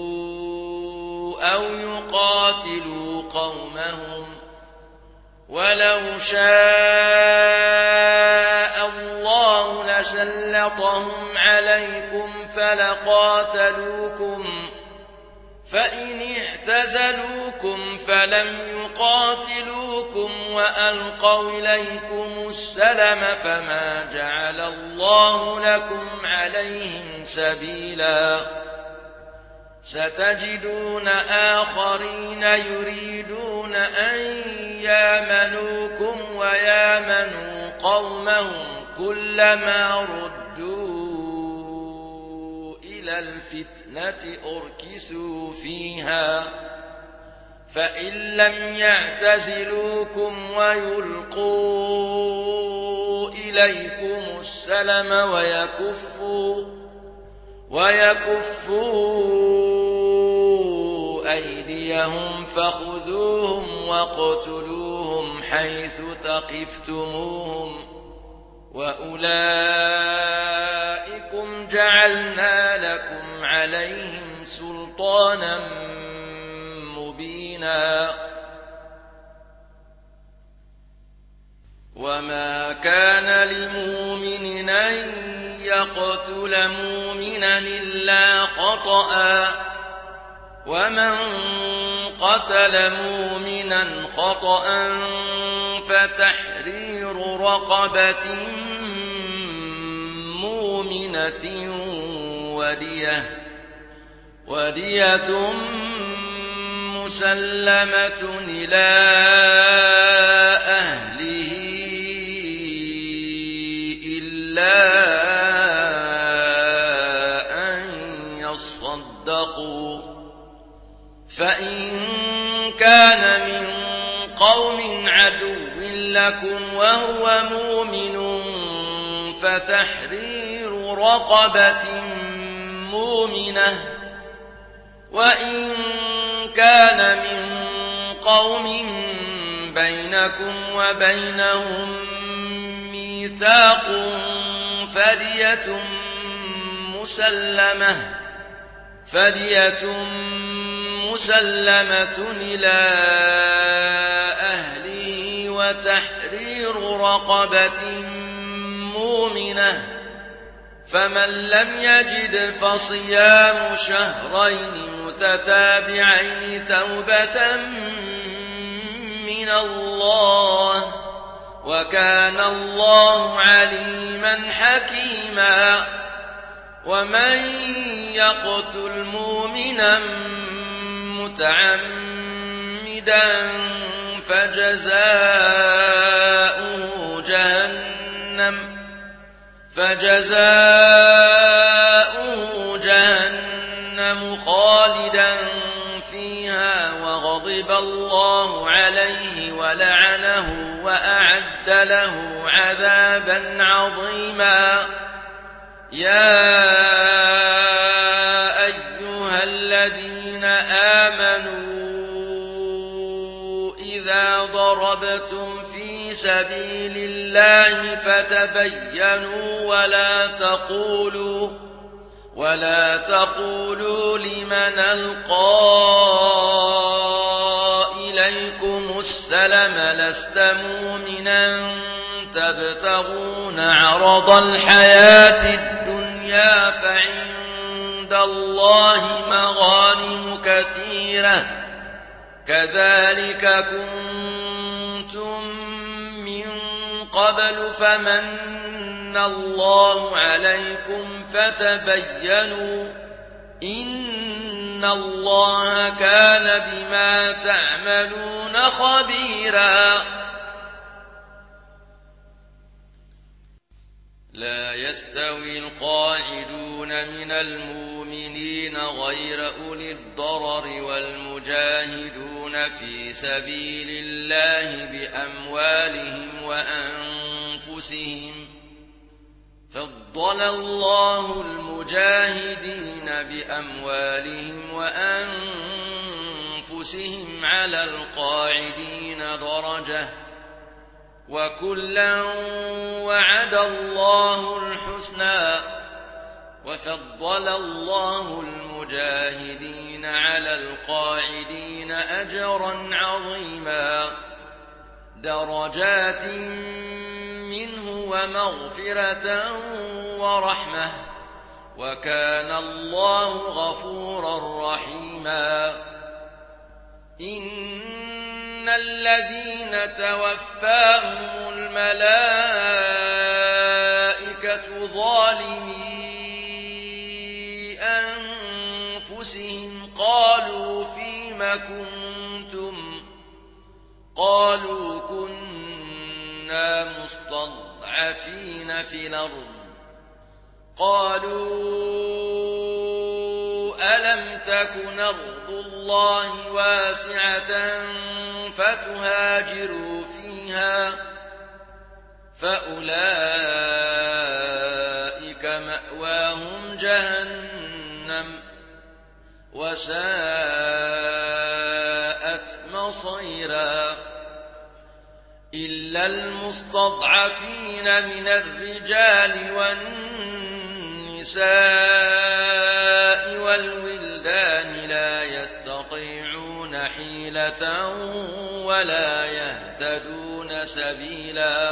أو يقاتلوا قومهم ولو شاء الله لسلطهم عليكم فلقاتلوكم فإن اعتزلوكم فلم يقاتلوكم وألقوا إليكم السلم فما جعل الله لكم عليهم سبيلا ستجدون آخرين يريدون أن يامنوكم ويامنوا قومهم كلما ردوا إلى الفتنة أركسوا فيها فإن لم يعتزلوكم ويلقوا إليكم السلم ويكفوا ويكفوا أيديهم فخذوهم واقتلوهم حيث ثقفتموهم وأولئكم جعلنا لكم عليهم سلطانا مبينا وما كان لمؤمن أن يقتل مؤمنا إلا خطأ ومن قتل مؤمنا خطأ فتحرير رقبة مؤمنة ودية ودية مسلمة إلى أهله إلا أن يصدقوا فإن كان من قوم عدو لكم وهو مؤمن فتحرير رقبة مؤمنة وإن كان من قوم بينكم وبينهم ميثاق فدية مسلمة فدية مسلمة إلى أهله وتحرير رقبة مؤمنة فمن لم يجد فصيام شهرين متتابعين توبة من الله وكان الله عليما حكيما ومن يقتل مؤمنا متعمدا فجزاؤه جهنم فجزاؤه جهنم خالدا فيها وغضب الله عليه ولعنه وأعد له عذابا عظيما يا أيها ضربتم في سبيل الله فتبينوا ولا تقولوا ولا تقولوا لمن ألقى إليكم السلم لست مؤمنا تبتغون عرض الحياة الدنيا فعند الله مغانم كثيرة كذلك كنتم من قبل فمن الله عليكم فتبينوا إن الله كان بما تعملون خبيرا لا يستوي القاعدون من المؤمنين غير أولي الضرر والمجاهدون في سبيل الله بأموالهم وأنفسهم فضل الله المجاهدين بأموالهم وأنفسهم على القاعدين درجة وكلا وعد الله الحسنى وفضل الله المجاهدين على القاعدين أجرا عظيما درجات منه ومغفرة ورحمة وكان الله غفورا رحيما إن الذين توفاهم الملائكة ظالمي أنفسهم قالوا فيم كنتم قالوا كنا مستضعفين في الأرض قالوا ألم تكن أرض الله واسعة فتهاجروا فيها فأولئك مأواهم جهنم وساءت مصيرا إلا المستضعفين من الرجال والنساء والولدان لا يستطيعون حيلة ولا يهتدون سبيلا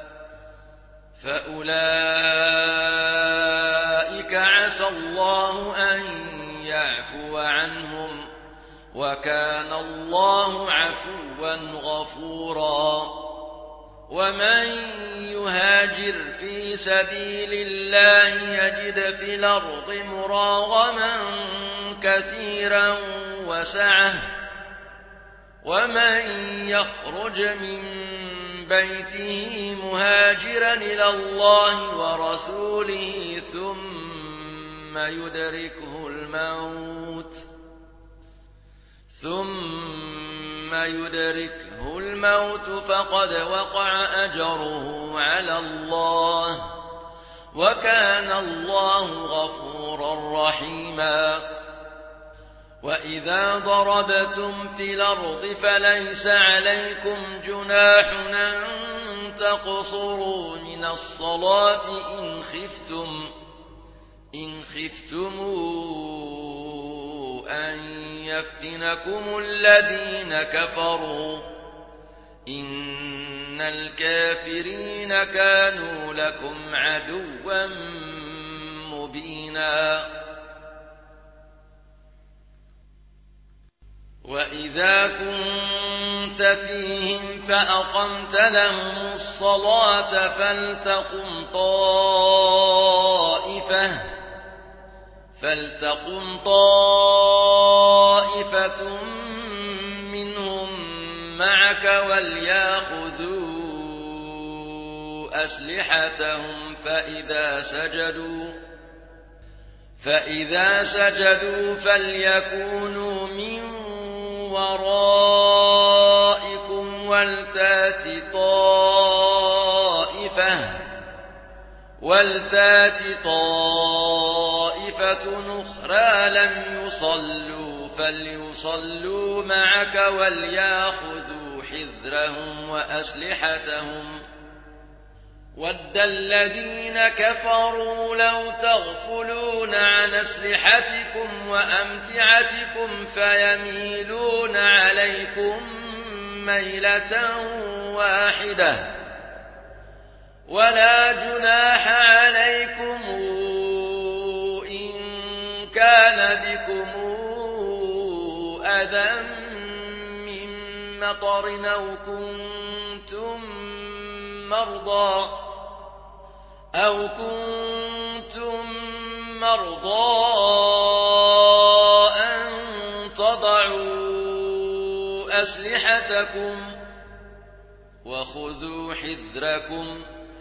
فأولئك عسى الله أن يعفو عنهم وكان الله عفوا غفورا ومن يهاجر في سبيل الله يجد في الأرض مراغما كثيرا وسعة ومن يخرج من بيته مهاجرا إلى الله ورسوله ثم يدركه الموت ثم يدركه الموت فقد وقع أجره على الله وكان الله غفورا رحيما وإذا ضربتم في الأرض فليس عليكم جناح أن تقصروا من الصلاة إن خفتم إن خفتم أن يفتنكم الذين كفروا إن الكافرين كانوا لكم عدوا مبينا وإذا كنت فيهم فأقمت لهم الصلاة فلتقم طائفة فلتقم طائفة منهم معك وليأخذوا أسلحتهم فإذا سجدوا فإذا سجدوا فليكونوا من ورائكم ولتات طائفة ولتات طائفة أخرى لم يصلوا فليصلوا معك وليأخذوا حذرهم وأسلحتهم ود الذين كفروا لو تغفلون عن أسلحتكم وأمتعتكم فيميلون عليكم ميلة واحدة ولا جناح عليكم إن كان بكم أذى من مطر أو كنتم مرضى أو كنتم مرضى أن تضعوا أسلحتكم وخذوا حذركم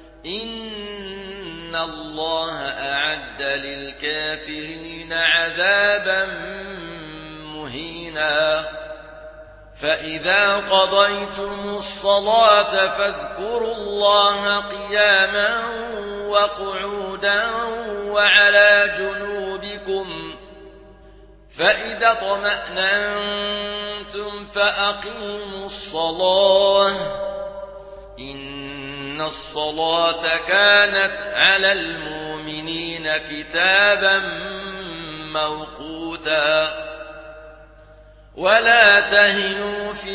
إن الله أعد للكافرين عذابا مهينا فإذا قضيتم الصلاة فاذكروا الله قياما وقعودا وعلى جنوبكم فإذا اطمأننتم فأقيموا الصلاة إن الصلاة كانت على المؤمنين كتابا موقوتا ولا تهنوا في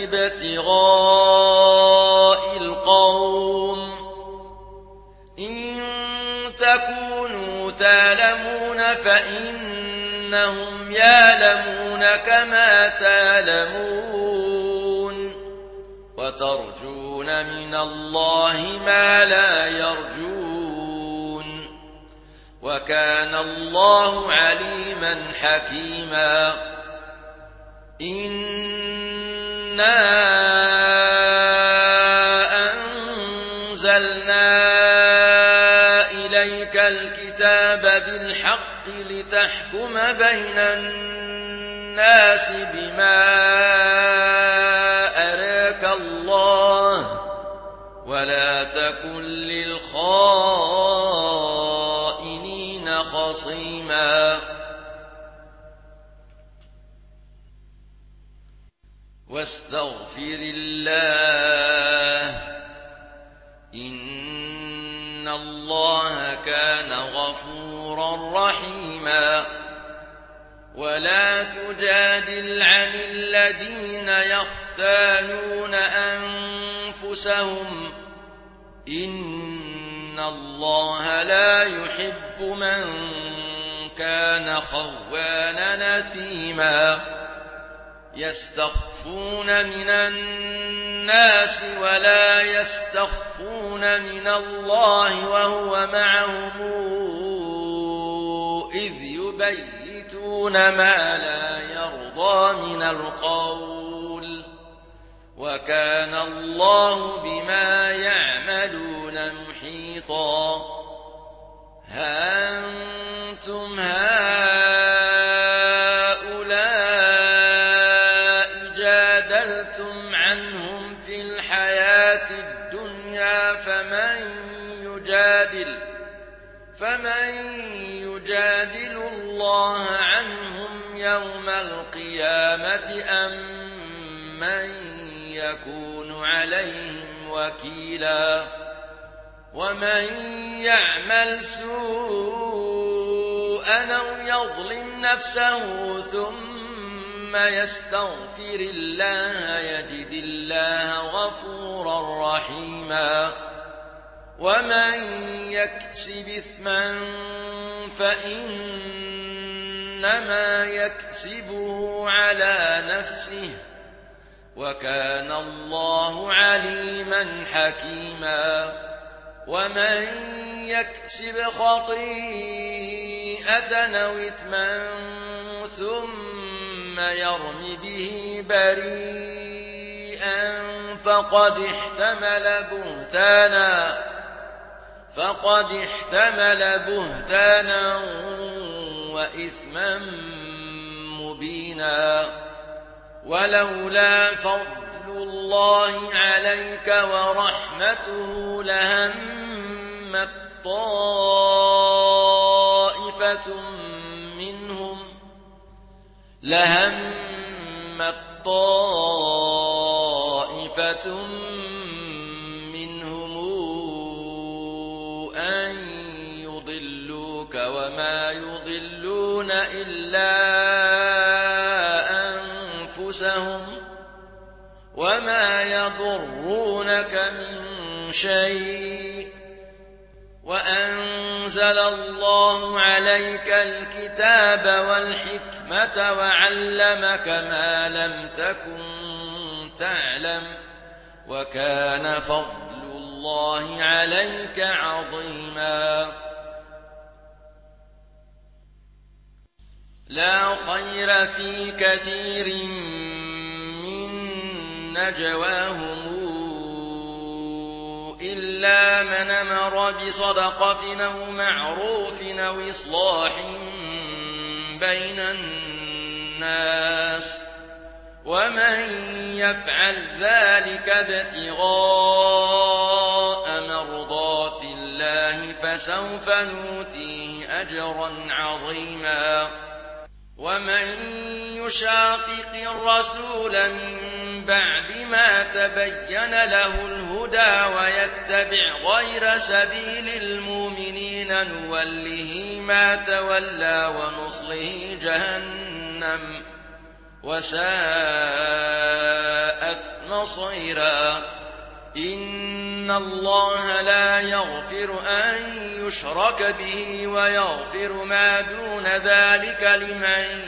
ابتغاء القوم إن تكونوا تعلمون فإنهم يعلمون كما تعلمون وترجون من الله ما لا يرجون وكان الله عليما حكيما إنا أنزلنا إليك الكتاب بالحق لتحكم بين الناس بما أراك الله ولا تكن للخائنين خصيما واستغفر الله إن الله كان غفورا رحيما ولا تجادل عن الذين يختانون أنفسهم إن الله لا يحب من كان خوانا نثيما يستخفون من الناس ولا يستخفون من الله وهو معهم إذ يبيتون ما لا يرضى من القول وكان الله بما يعملون محيطا ها أنتم هؤلاء جادلتم عنهم في الحياة الدنيا فمن يجادل فمن يجادل الله عنهم يوم القيامة أم من يكون عليهم وكيلا ومن يعمل سوءا أو يظلم نفسه ثم يستغفر الله يجد الله غفورا رحيما ومن يكسب إثما فإنما يكسبه على نفسه وكان الله عليما حكيما ومن يكسب خطيئة أو إثما ثم يرم به بريئا فقد احتمل بهتانا فقد احتمل بهتانا وإثما مبينا ولولا فضل الله عليك ورحمته لهمت طائفة منهم لهمت طائفة طَائِفَةٌ مِّنْهُمْ أَن يُضِلُّوكَ وَمَا يُضِلُّونَ إِلَّا أَنفُسَهُمْ وَمَا يَضُرُّونَكَ مِن شَيْءٍ وَأَنزَلَ اللَّهُ عَلَيْكَ الْكِتَابَ وَالْحِكْمَةَ وَعَلَّمَكَ مَا لَمْ تَكُن تَعْلَمُ وَكَانَ فَضْلُ اللَّهِ عَلَيْكَ عَظِيمًا. لا خير في كثير من نجواهم إلا من أمر بصدقة أو معروف أو إصلاح بين الناس ومن يفعل ذلك ابتغاء مرضات الله فسوف نؤتيه أجرا عظيما. ومن يشاقق الرسول من بعد ما تبين له الهدى ويتبع غير سبيل المؤمنين نوله ما تولى ونصله جهنم وساءت مصيرا. إن الله لا يغفر أن يشرك به ويغفر ما دون ذلك لمن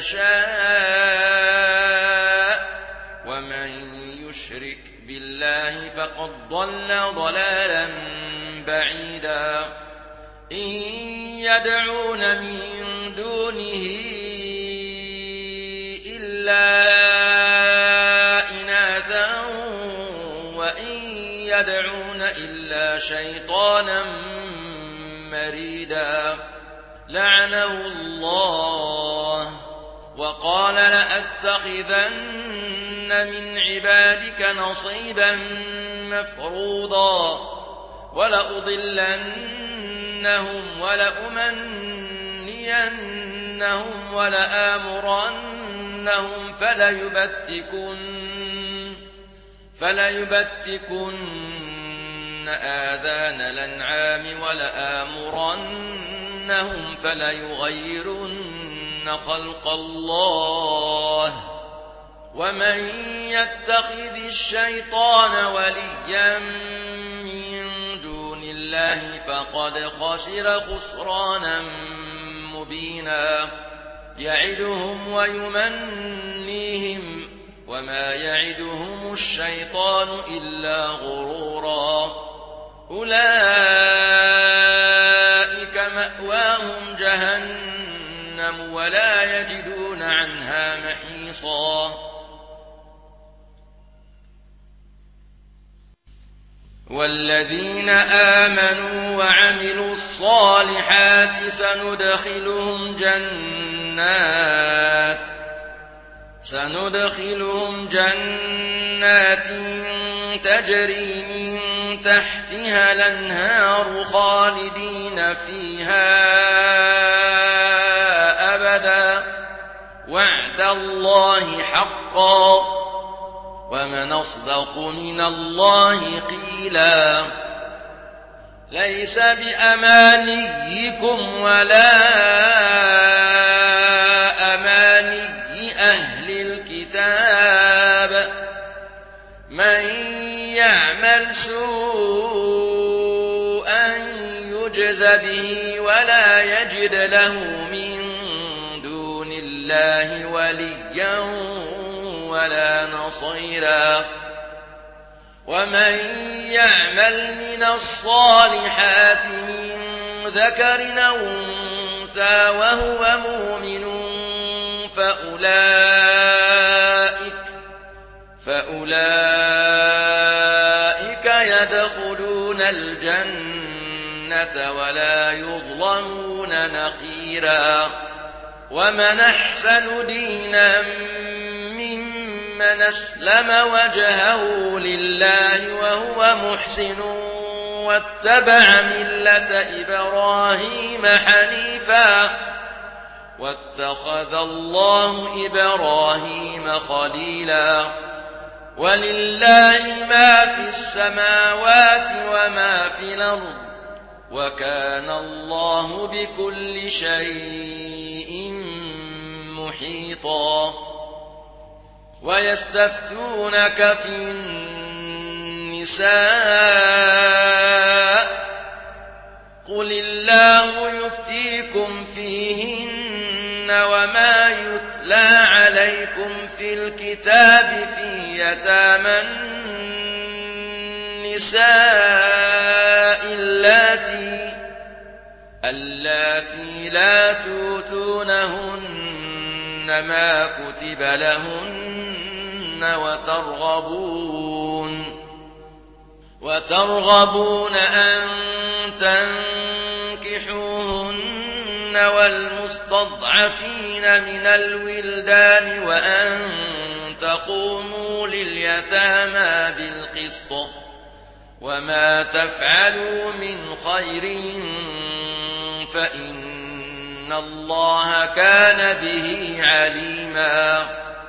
يشاء ومن يشرك بالله فقد ضل ضلالا بعيدا. إن يدعون من دونه إلا إناثا وإن يدعون إلا شيطانا مريدا لعنه الله وقال لأتخذن من عبادك نصيبا مفروضا ولأضلنهم ولأمنينهم ولآمرنهم فليبتكن فليبتكن آذان الأنعام ولآمرنهم فليغيرن خلق الله ومن يتخذ الشيطان وليا من دون الله فقد خسر خسرانا مبينا. يعدهم ويمنيهم وما يعدهم الشيطان إلا غرورا. أولئك مأواهم جهنم ولا يجدون عنها محيصا. والذين آمنوا وعملوا الصالحات سندخلهم جنات سندخلهم جنات تجري من تحتها الأنهار خالدين فيها أبدا وعد الله حقا ومن أصدق من الله قيلا. ليس بأمانيكم ولا أماني أهل الكتاب من يعمل سوءا يجز به ولا يجد له من دون الله وليا ولا نصيرا. ومن يعمل من الصالحات من ذكر أو أنثى وهو مؤمن فأولئك فأولئك يدخلون الجنة ولا يظلمون نقيرا. ومن أحسن دينا ممن أسلم وجهه لله وهو محسن واتبع ملة إبراهيم حنيفا واتخذ الله إبراهيم خليلا. ولله ما في السماوات وما في الأرض وكان الله بكل شيء محيطا ويستفتونك في النساء قل الله يفتيكم فيهن وما يتلى عليكم في الكتاب في يتامى النساء اللاتي اللاتي لا توتونهن ما كتب لهن وترغبون وترغبون أن تنكحوهن والمستضعفين من الولدان وأن تقوموا لليتامى بالقسط وما تفعلوا من خير فإن الله كان به عليما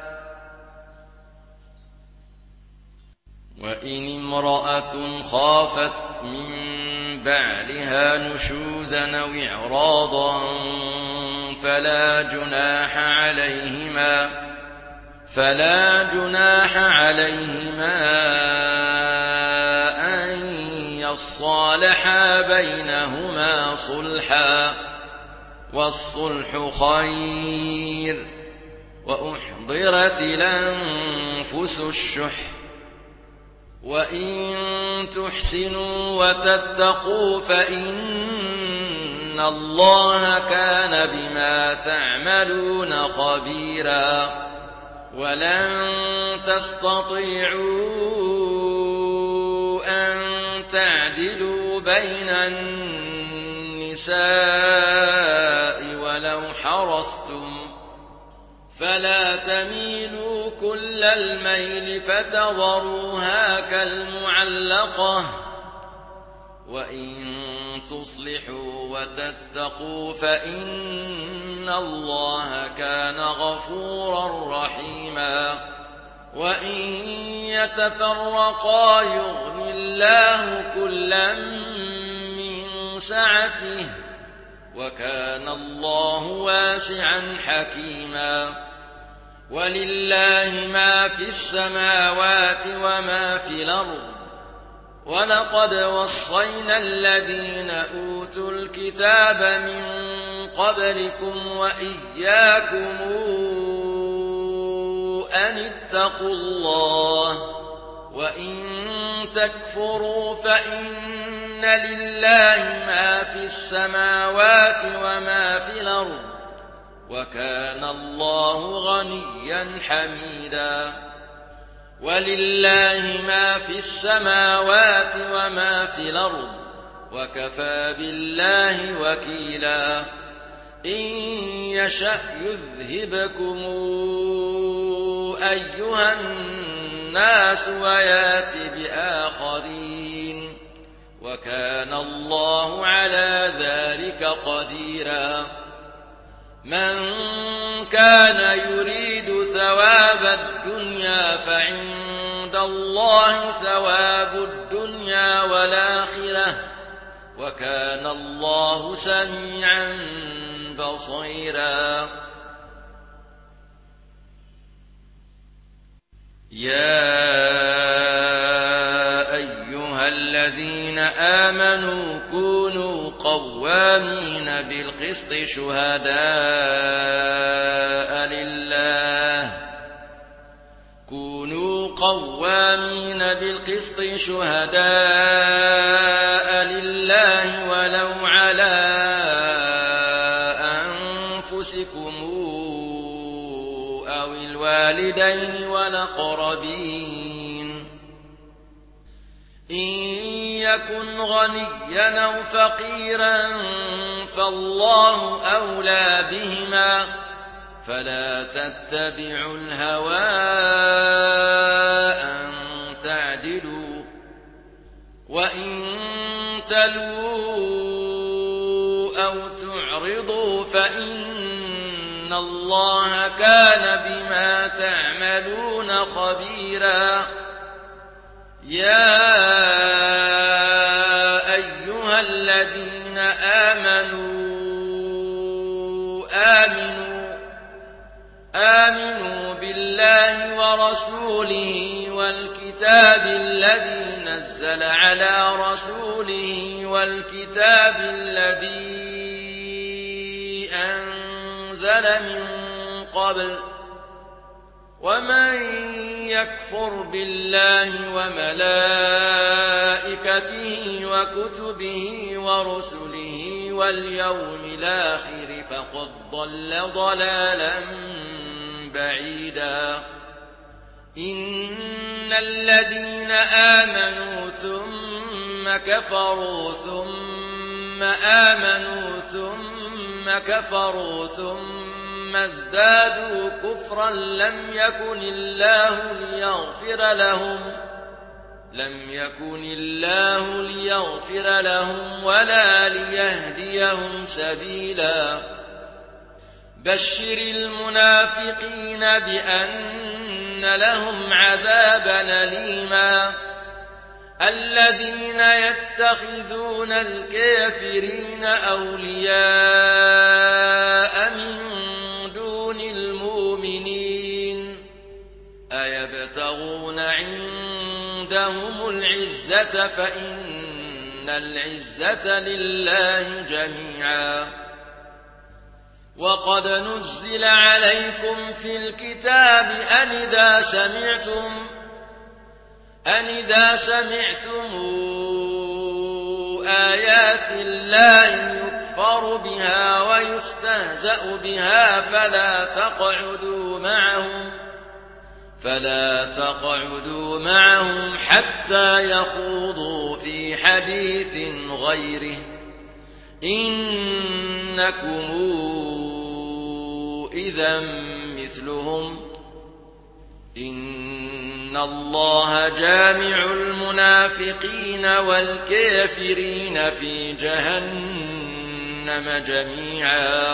وإن امرأة خافت من بعلها نشوزا أو إعراضا فلا جناح عليهما فلا جناح عليهما أن يصالحا بينهما صلحا والصلح خير وأحضرت الأنفس الشح وإن تحسنوا وتتقوا فإن الله كان بما تعملون خبيرا ولن تستطيعوا أن تعدلوا بين النساء ولو حرصتم فلا تميلوا كل الميل فتذروها كالمعلقة وإن تصلحوا وتتقوا فإن الله كان غفورا رحيما وإن يتفرقا يغن الله كلا من سعته وكان الله واسعا حكيما ولله ما في السماوات وما في الأرض ولقد وصينا الذين أوتوا الكتاب من قبلكم وإياكم أن اتقوا الله وإن تكفروا فإن لله ما في السماوات وما في الأرض وكان الله غنيا حميدا ولله ما في السماوات وما في الأرض وكفى بالله وكيلا إن يشأ يذهبكم أيها الناس ويات بآخرين وكان الله على ذلك قديرا من كان يريد ثواب الدنيا فعند الله ثواب الدنيا والآخرة وكان الله سميعا بصيرا يا أيها الذين آمنوا كونوا قوامين بالقسط شهداء لله كونوا قوامين بالقسط شهداء لله ولو على أنفسكم أو الوالدين والأقربين إن يكن غنيا أو فقيرا فالله أولى بهما فلا تتبعوا الهوى أن تعدلوا وإن تلووا أو تعرضوا فإن الله كان بما تعملون خبيرا يا أيها الذين آمنوا آمنوا آمنوا بالله ورسوله والكتاب الذي نزل على رسوله والكتاب الذي أنزل من قبل ومن يكفر بالله وملائكته وكتبه ورسله واليوم الآخر فقد ضل ضلالا بعيدا إن الذين آمنوا ثم كفروا ثم آمنوا ثم كفروا ثم ازدادوا كفرا لم يكن الله ليغفر لهم لم يكن الله ليغفر لهم ولا ليهديهم سبيلا بشر المنافقين بأن لهم عذابا أليما الذين يتخذون الكافرين أولياء من دون المؤمنين أيبتغون عندهم العزة فإن العزة لله جميعا وقد نزل عليكم في الكتاب أن إذا سمعتم أن إذا سمعتم آيات الله يكفر بها ويستهزأ بها فلا تقعدوا معهم فلا تقعدوا معهم حتى يخوضوا في حديث غيره إنكم إذا مثلهم إن الله جامع المنافقين والكافرين في جهنم جميعا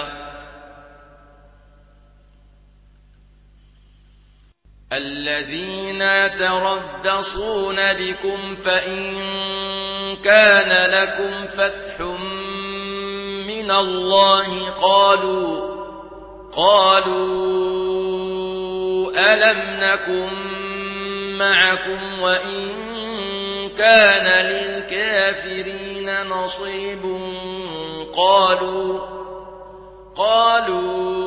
الذين يتربصون بكم فإن كان لكم فتح من الله قالوا قالوا ألم نكن معكم وإن كان للكافرين نصيب قالوا قالوا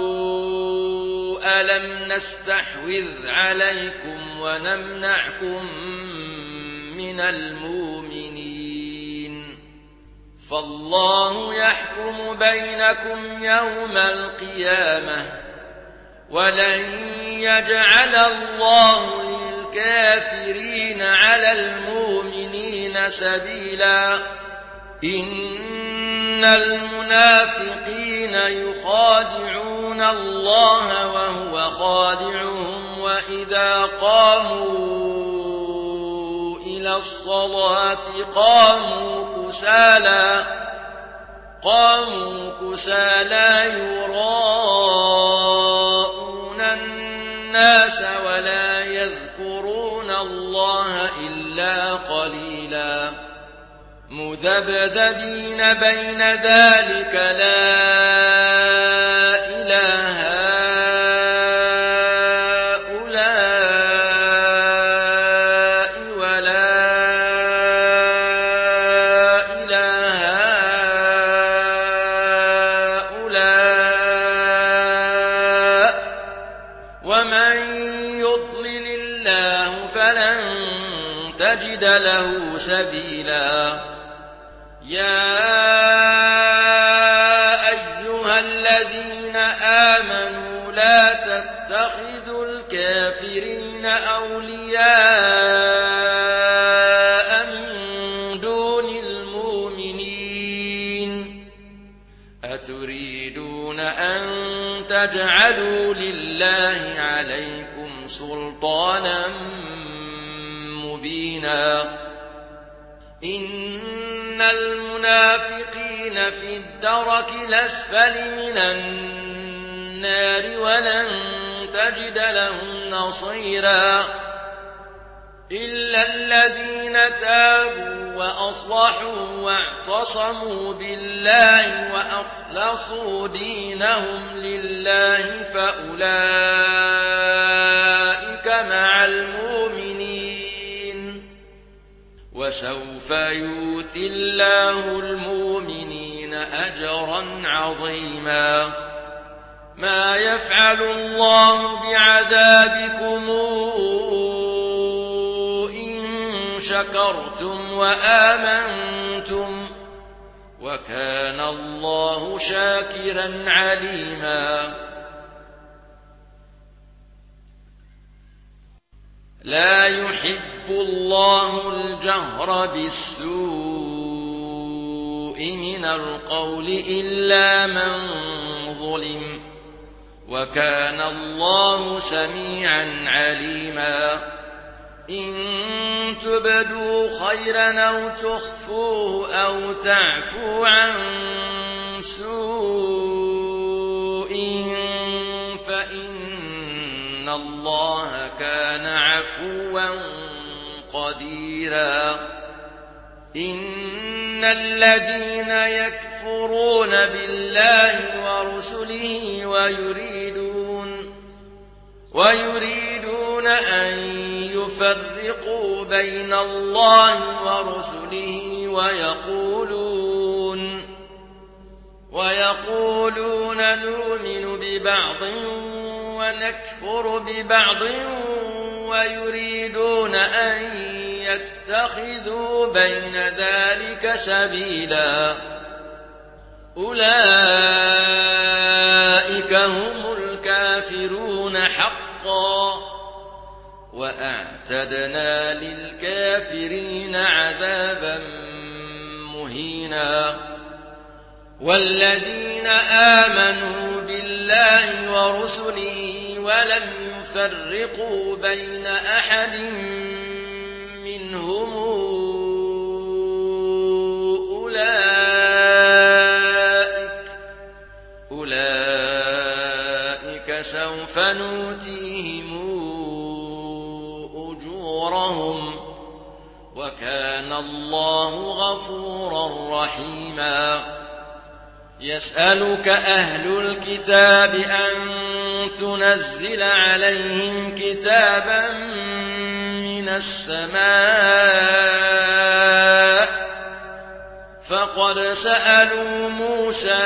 ألم نستحوذ عليكم ونمنعكم من المؤمنين فالله يحكم بينكم يوم القيامة ولن يجعل الله للكافرين على المؤمنين سبيلا إن المنافقين يخادعون الله وهو خادعهم وإذا قاموا إلى الصلاة قاموا كسالى قاموا كسالى يراءون الناس ولا يذكرون الله إلا قليلا مذبذبين بين ذلك لا إله هؤلاء ولا إله هؤلاء ومن يضلل الله فلن تجد له سبيلا يا أيها الذين آمنوا لا تتخذوا الكافرين أولياء من دون المؤمنين أتريدون أن تجعلوا لله عليكم سلطانا مبينا إن المنافقين في الدرك الأسفل من النار ولن تجد لهم نصيرا إلا الذين تابوا وأصلحوا واعتصموا بالله وأخلصوا دينهم لله فأولئك مع المؤمنين وسوف يؤتي الله المؤمنين أجرا عظيما ما يفعل الله بعذابكم شكرتم وآمنتم وكان الله شاكرا عليما لا يحب الله الجهر بالسوء من القول إلا من ظلم وكان الله سميعا عليما إن تبدوا خيرا أو تخفوه أو تعفوا عن سوء فإن الله كان عفوا قديرا إن الذين يكفرون بالله ورسله ويريدون ويريدون أن يفرقوا بين الله ورسله ويقولون ويقولون نؤمن ببعض ونكفر ببعض ويريدون أن يتخذوا بين ذلك سبيلا أولئك هم الكافرون حقا وأعتدنا للكافرين عذابا مهينا والذين آمنوا بالله ورسله ولم يفرقوا بين أحد منهم أولئك أولئك سوف نؤتيهم أجورهم وكان الله غفورا رحيما يسألك أهل الكتاب أن تنزل عليهم كتابا من السماء فقد سألوا موسى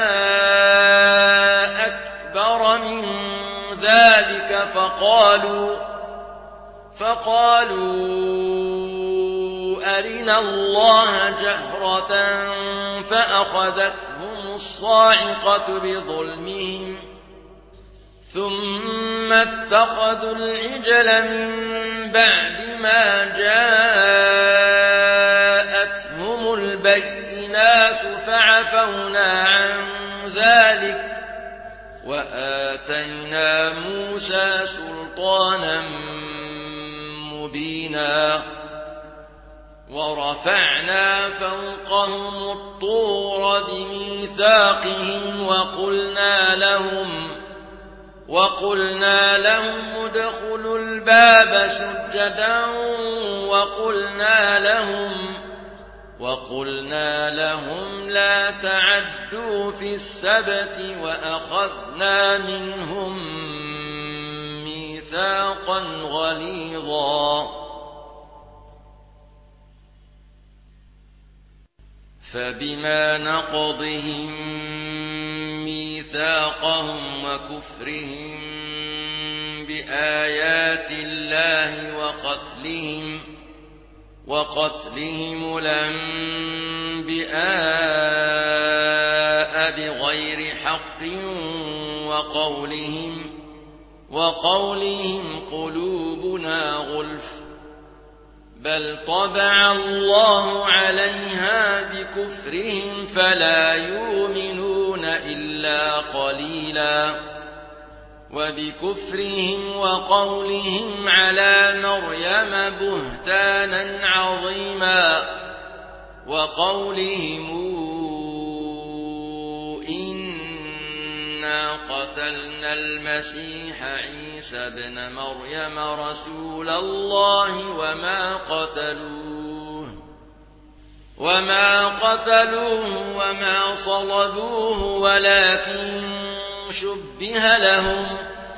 أكبر من ذلك فقالوا فقالوا أرنا الله جهرة فأخذتهم الصاعقة بظلمهم ثم اتخذوا العجل من بعد ما جاءتهم البينات فعفونا عن ذلك وآتينا موسى سلطانا مبينا ورفعنا فوقهم الطور بميثاقهم وقلنا لهم وقلنا لهم ادخلوا الباب سجدا وقلنا لهم وقلنا لهم لا تعدوا في السبت وأخذنا منهم ميثاقا غليظا فبما نقضهم ميثاقهم وكفرهم بآيات الله وقتلهم وقتلهم الأنبياء بغير حق وقولهم وقولهم قلوبنا غلف بل طبع الله عليها بكفرهم فلا يؤمنون إلا قليلا وبكفرهم وقولهم على مريم بهتانا عظيما وقولهم إنا قتلنا المسيح عيسى ابن مريم رسول الله وما قتلوه وما قتلوه وما صلبوه ولكن شبه لهم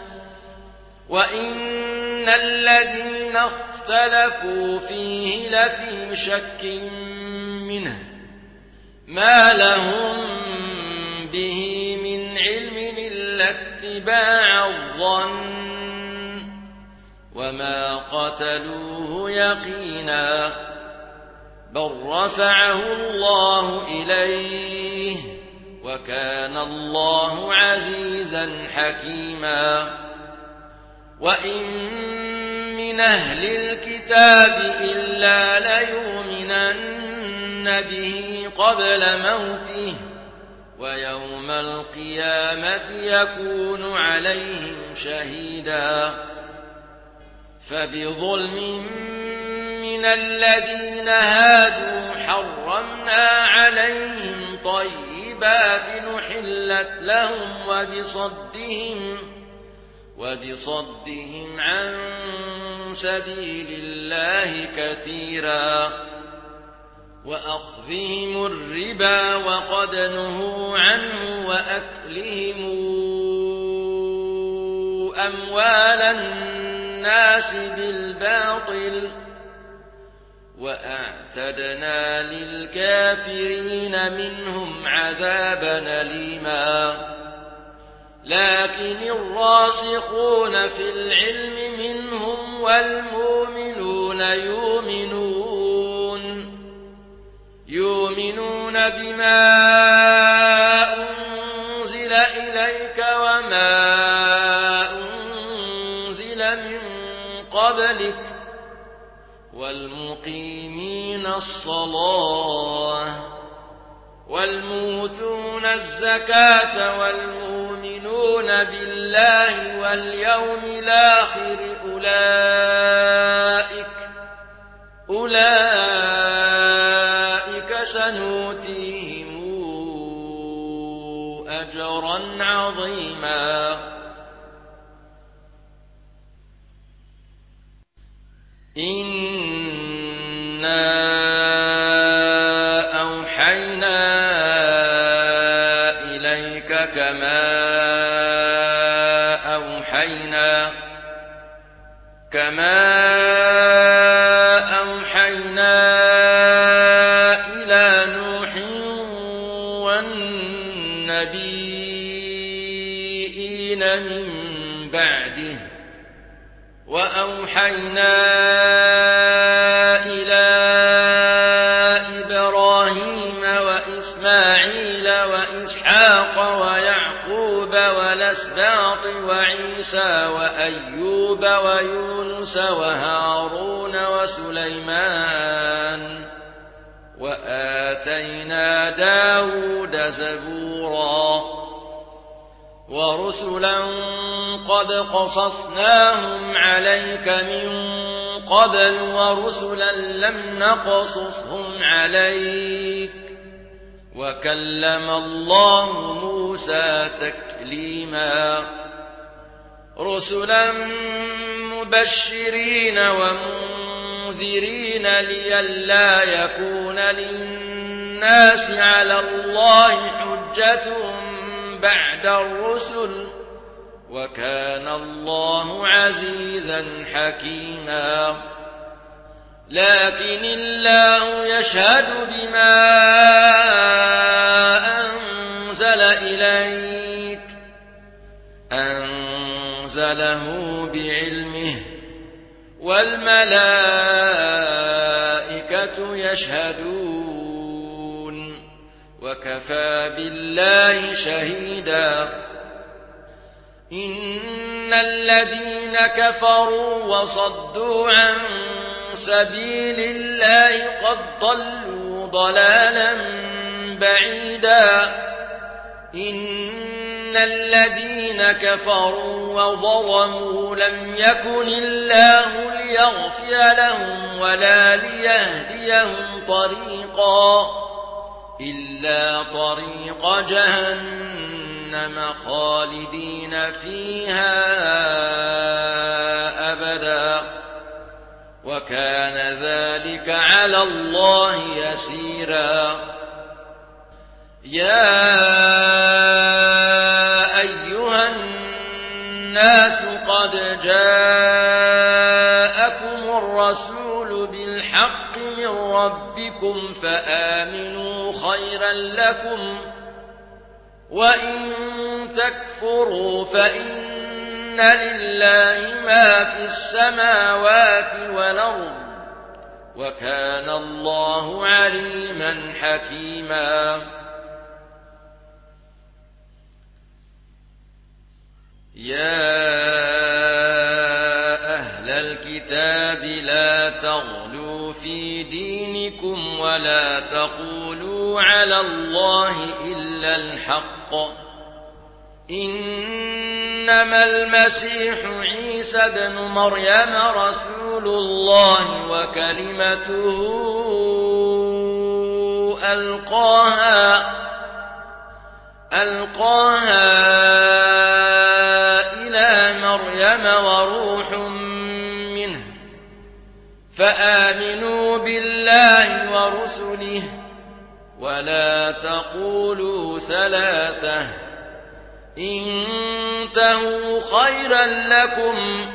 وإن الذين اختلفوا فيه لفي شك منه ما لهم به من علم إلا اتباع الظن وما قتلوه يقينا بل رفعه الله إليه وكان الله عزيزا حكيما وإن من أهل الكتاب إلا ليؤمنن به قبل موته ويوم القيامة يكون عليهم شهيدا فبظلم من الذين هادوا حرمنا عليهم طيبات نحلت لهم وبصدهم وبصدهم عن سبيل الله كثيرا وأخذهم الربا وقد نهوا عنه وأكلهم أموال الناس بالباطل وأعتدنا للكافرين منهم عذابا أليما لكن الراسخون في العلم منهم والمؤمنون يؤمنون يؤمنون بما أنزل إليك وما أنزل من قبلك والمقيمين الصلاة والمؤتون الزكاة والمؤمنون بالله واليوم الآخر أولئك أولئك سنؤتيهم أجرا عظيما إنا أوحينا إليك كما أوحينا كما أوحينا إلى نوح والنبيين من بعده وأوحينا إلى إبراهيم وإسماعيل وإسحاق ويعقوب والأسباط وعيسى وأيوب ويونس وهارون وسليمان وآتينا داود زبورا ورسلا قد قصصناهم عليك من قبل ورسلا لم نقصصهم عليك وكلم الله موسى تكليما رسلا مبشرين ومنذرين لئلا يكون للناس على الله حجة بعد الرسل وكان الله عزيزا حكيما لكن الله يشهد بما أنزل إليك أنزله بعلمه والملائكة يشهدون وكفى بالله شهيدا إن الذين كفروا وصدوا عن سبيل الله قد ضلوا ضلالا بعيدا إن الذين كفروا وظلموا لم يكن الله ليغفر لهم ولا ليهديهم طريقا إلا طريق جهنم جهنم خالدين فيها أبدا وكان ذلك على الله يسيرا يا أيها الناس قد جاءكم الرسول بالحق من ربكم فآمنوا خيرا لكم وإن تكفروا فإن لله ما في السماوات والأرض وكان الله عليما حكيما يا أهل الكتاب لا تغلوا في دينكم ولا تقولوا على الله إلا الحق إنما المسيح عيسى ابن مريم رسول الله وكلمته ألقاها ألقاها إلى مريم وروح منه فآمنوا بالله ورسله ولا تقولوا ثلاثة انتهوا خيرا لكم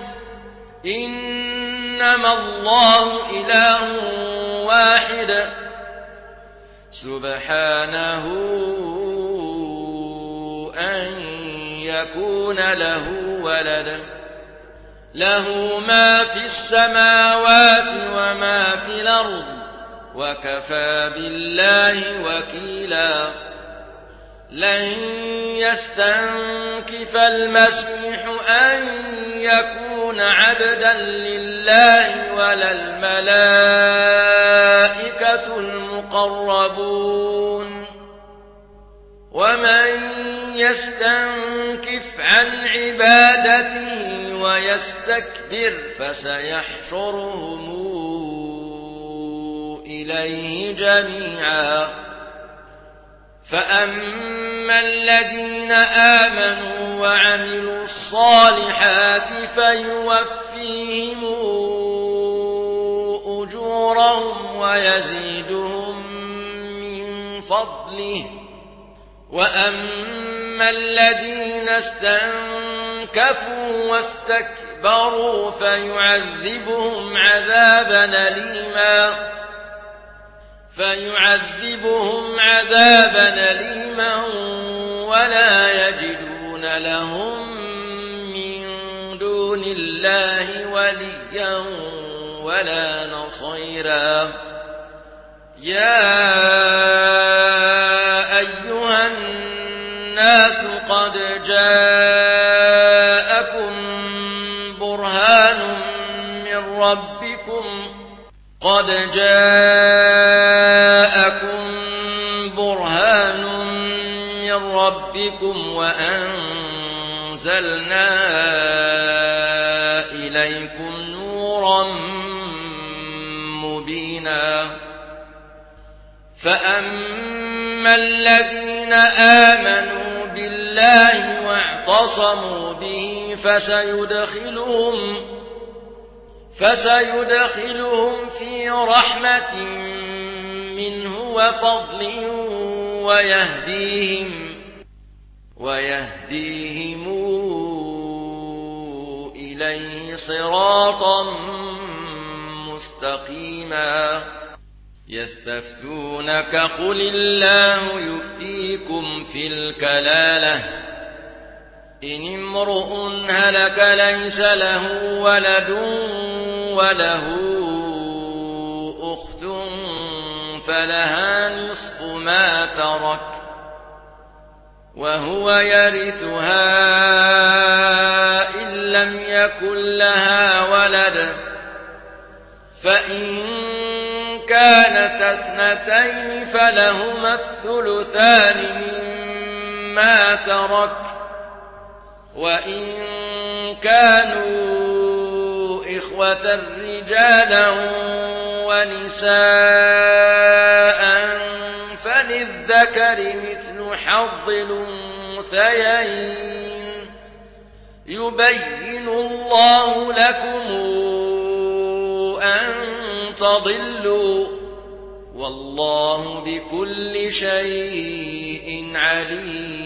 إنما الله إله واحد سبحانه أن يكون له ولد له ما في السماوات وما في الأرض وكفى بالله وكيلا لن يستنكف المسيح أن يكون عبدا لله ولا الملائكة المقربون ومن يستنكف عن عبادته ويستكبر فسيحشرهم إليه جميعا فأما الذين آمنوا وعملوا الصالحات فيوفيهم أجورهم ويزيدهم من فضله وأما الذين استنكفوا واستكبروا فيعذبهم عذابا أليما فيعذبهم عذابا أليما ولا يجدون لهم من دون الله وليا ولا نصيرا يا أيها الناس قد جاءكم برهان من ربكم قد جاءكم برهان من ربكم وأنزلنا إليكم نورا مبينا فأما الذين آمنوا بالله واعتصموا به فسيدخلهم فسيدخلهم في رحمة منه وفضل ويهديهم ويهديهم إليه صراطا مستقيما يستفتونك قل الله يفتيكم في الكلالة إن امرؤ هلك ليس له ولد وله أخت فلها نصف ما ترك وهو يرثها إن لم يكن لها ولد فإن كانت اثنتين فلهما الثلثان مما ترك وإن كانوا إخوة رجالا ونساء فللذكر مثل حظ الأنثيين يبين الله لكم أن تضلوا والله بكل شيء عليم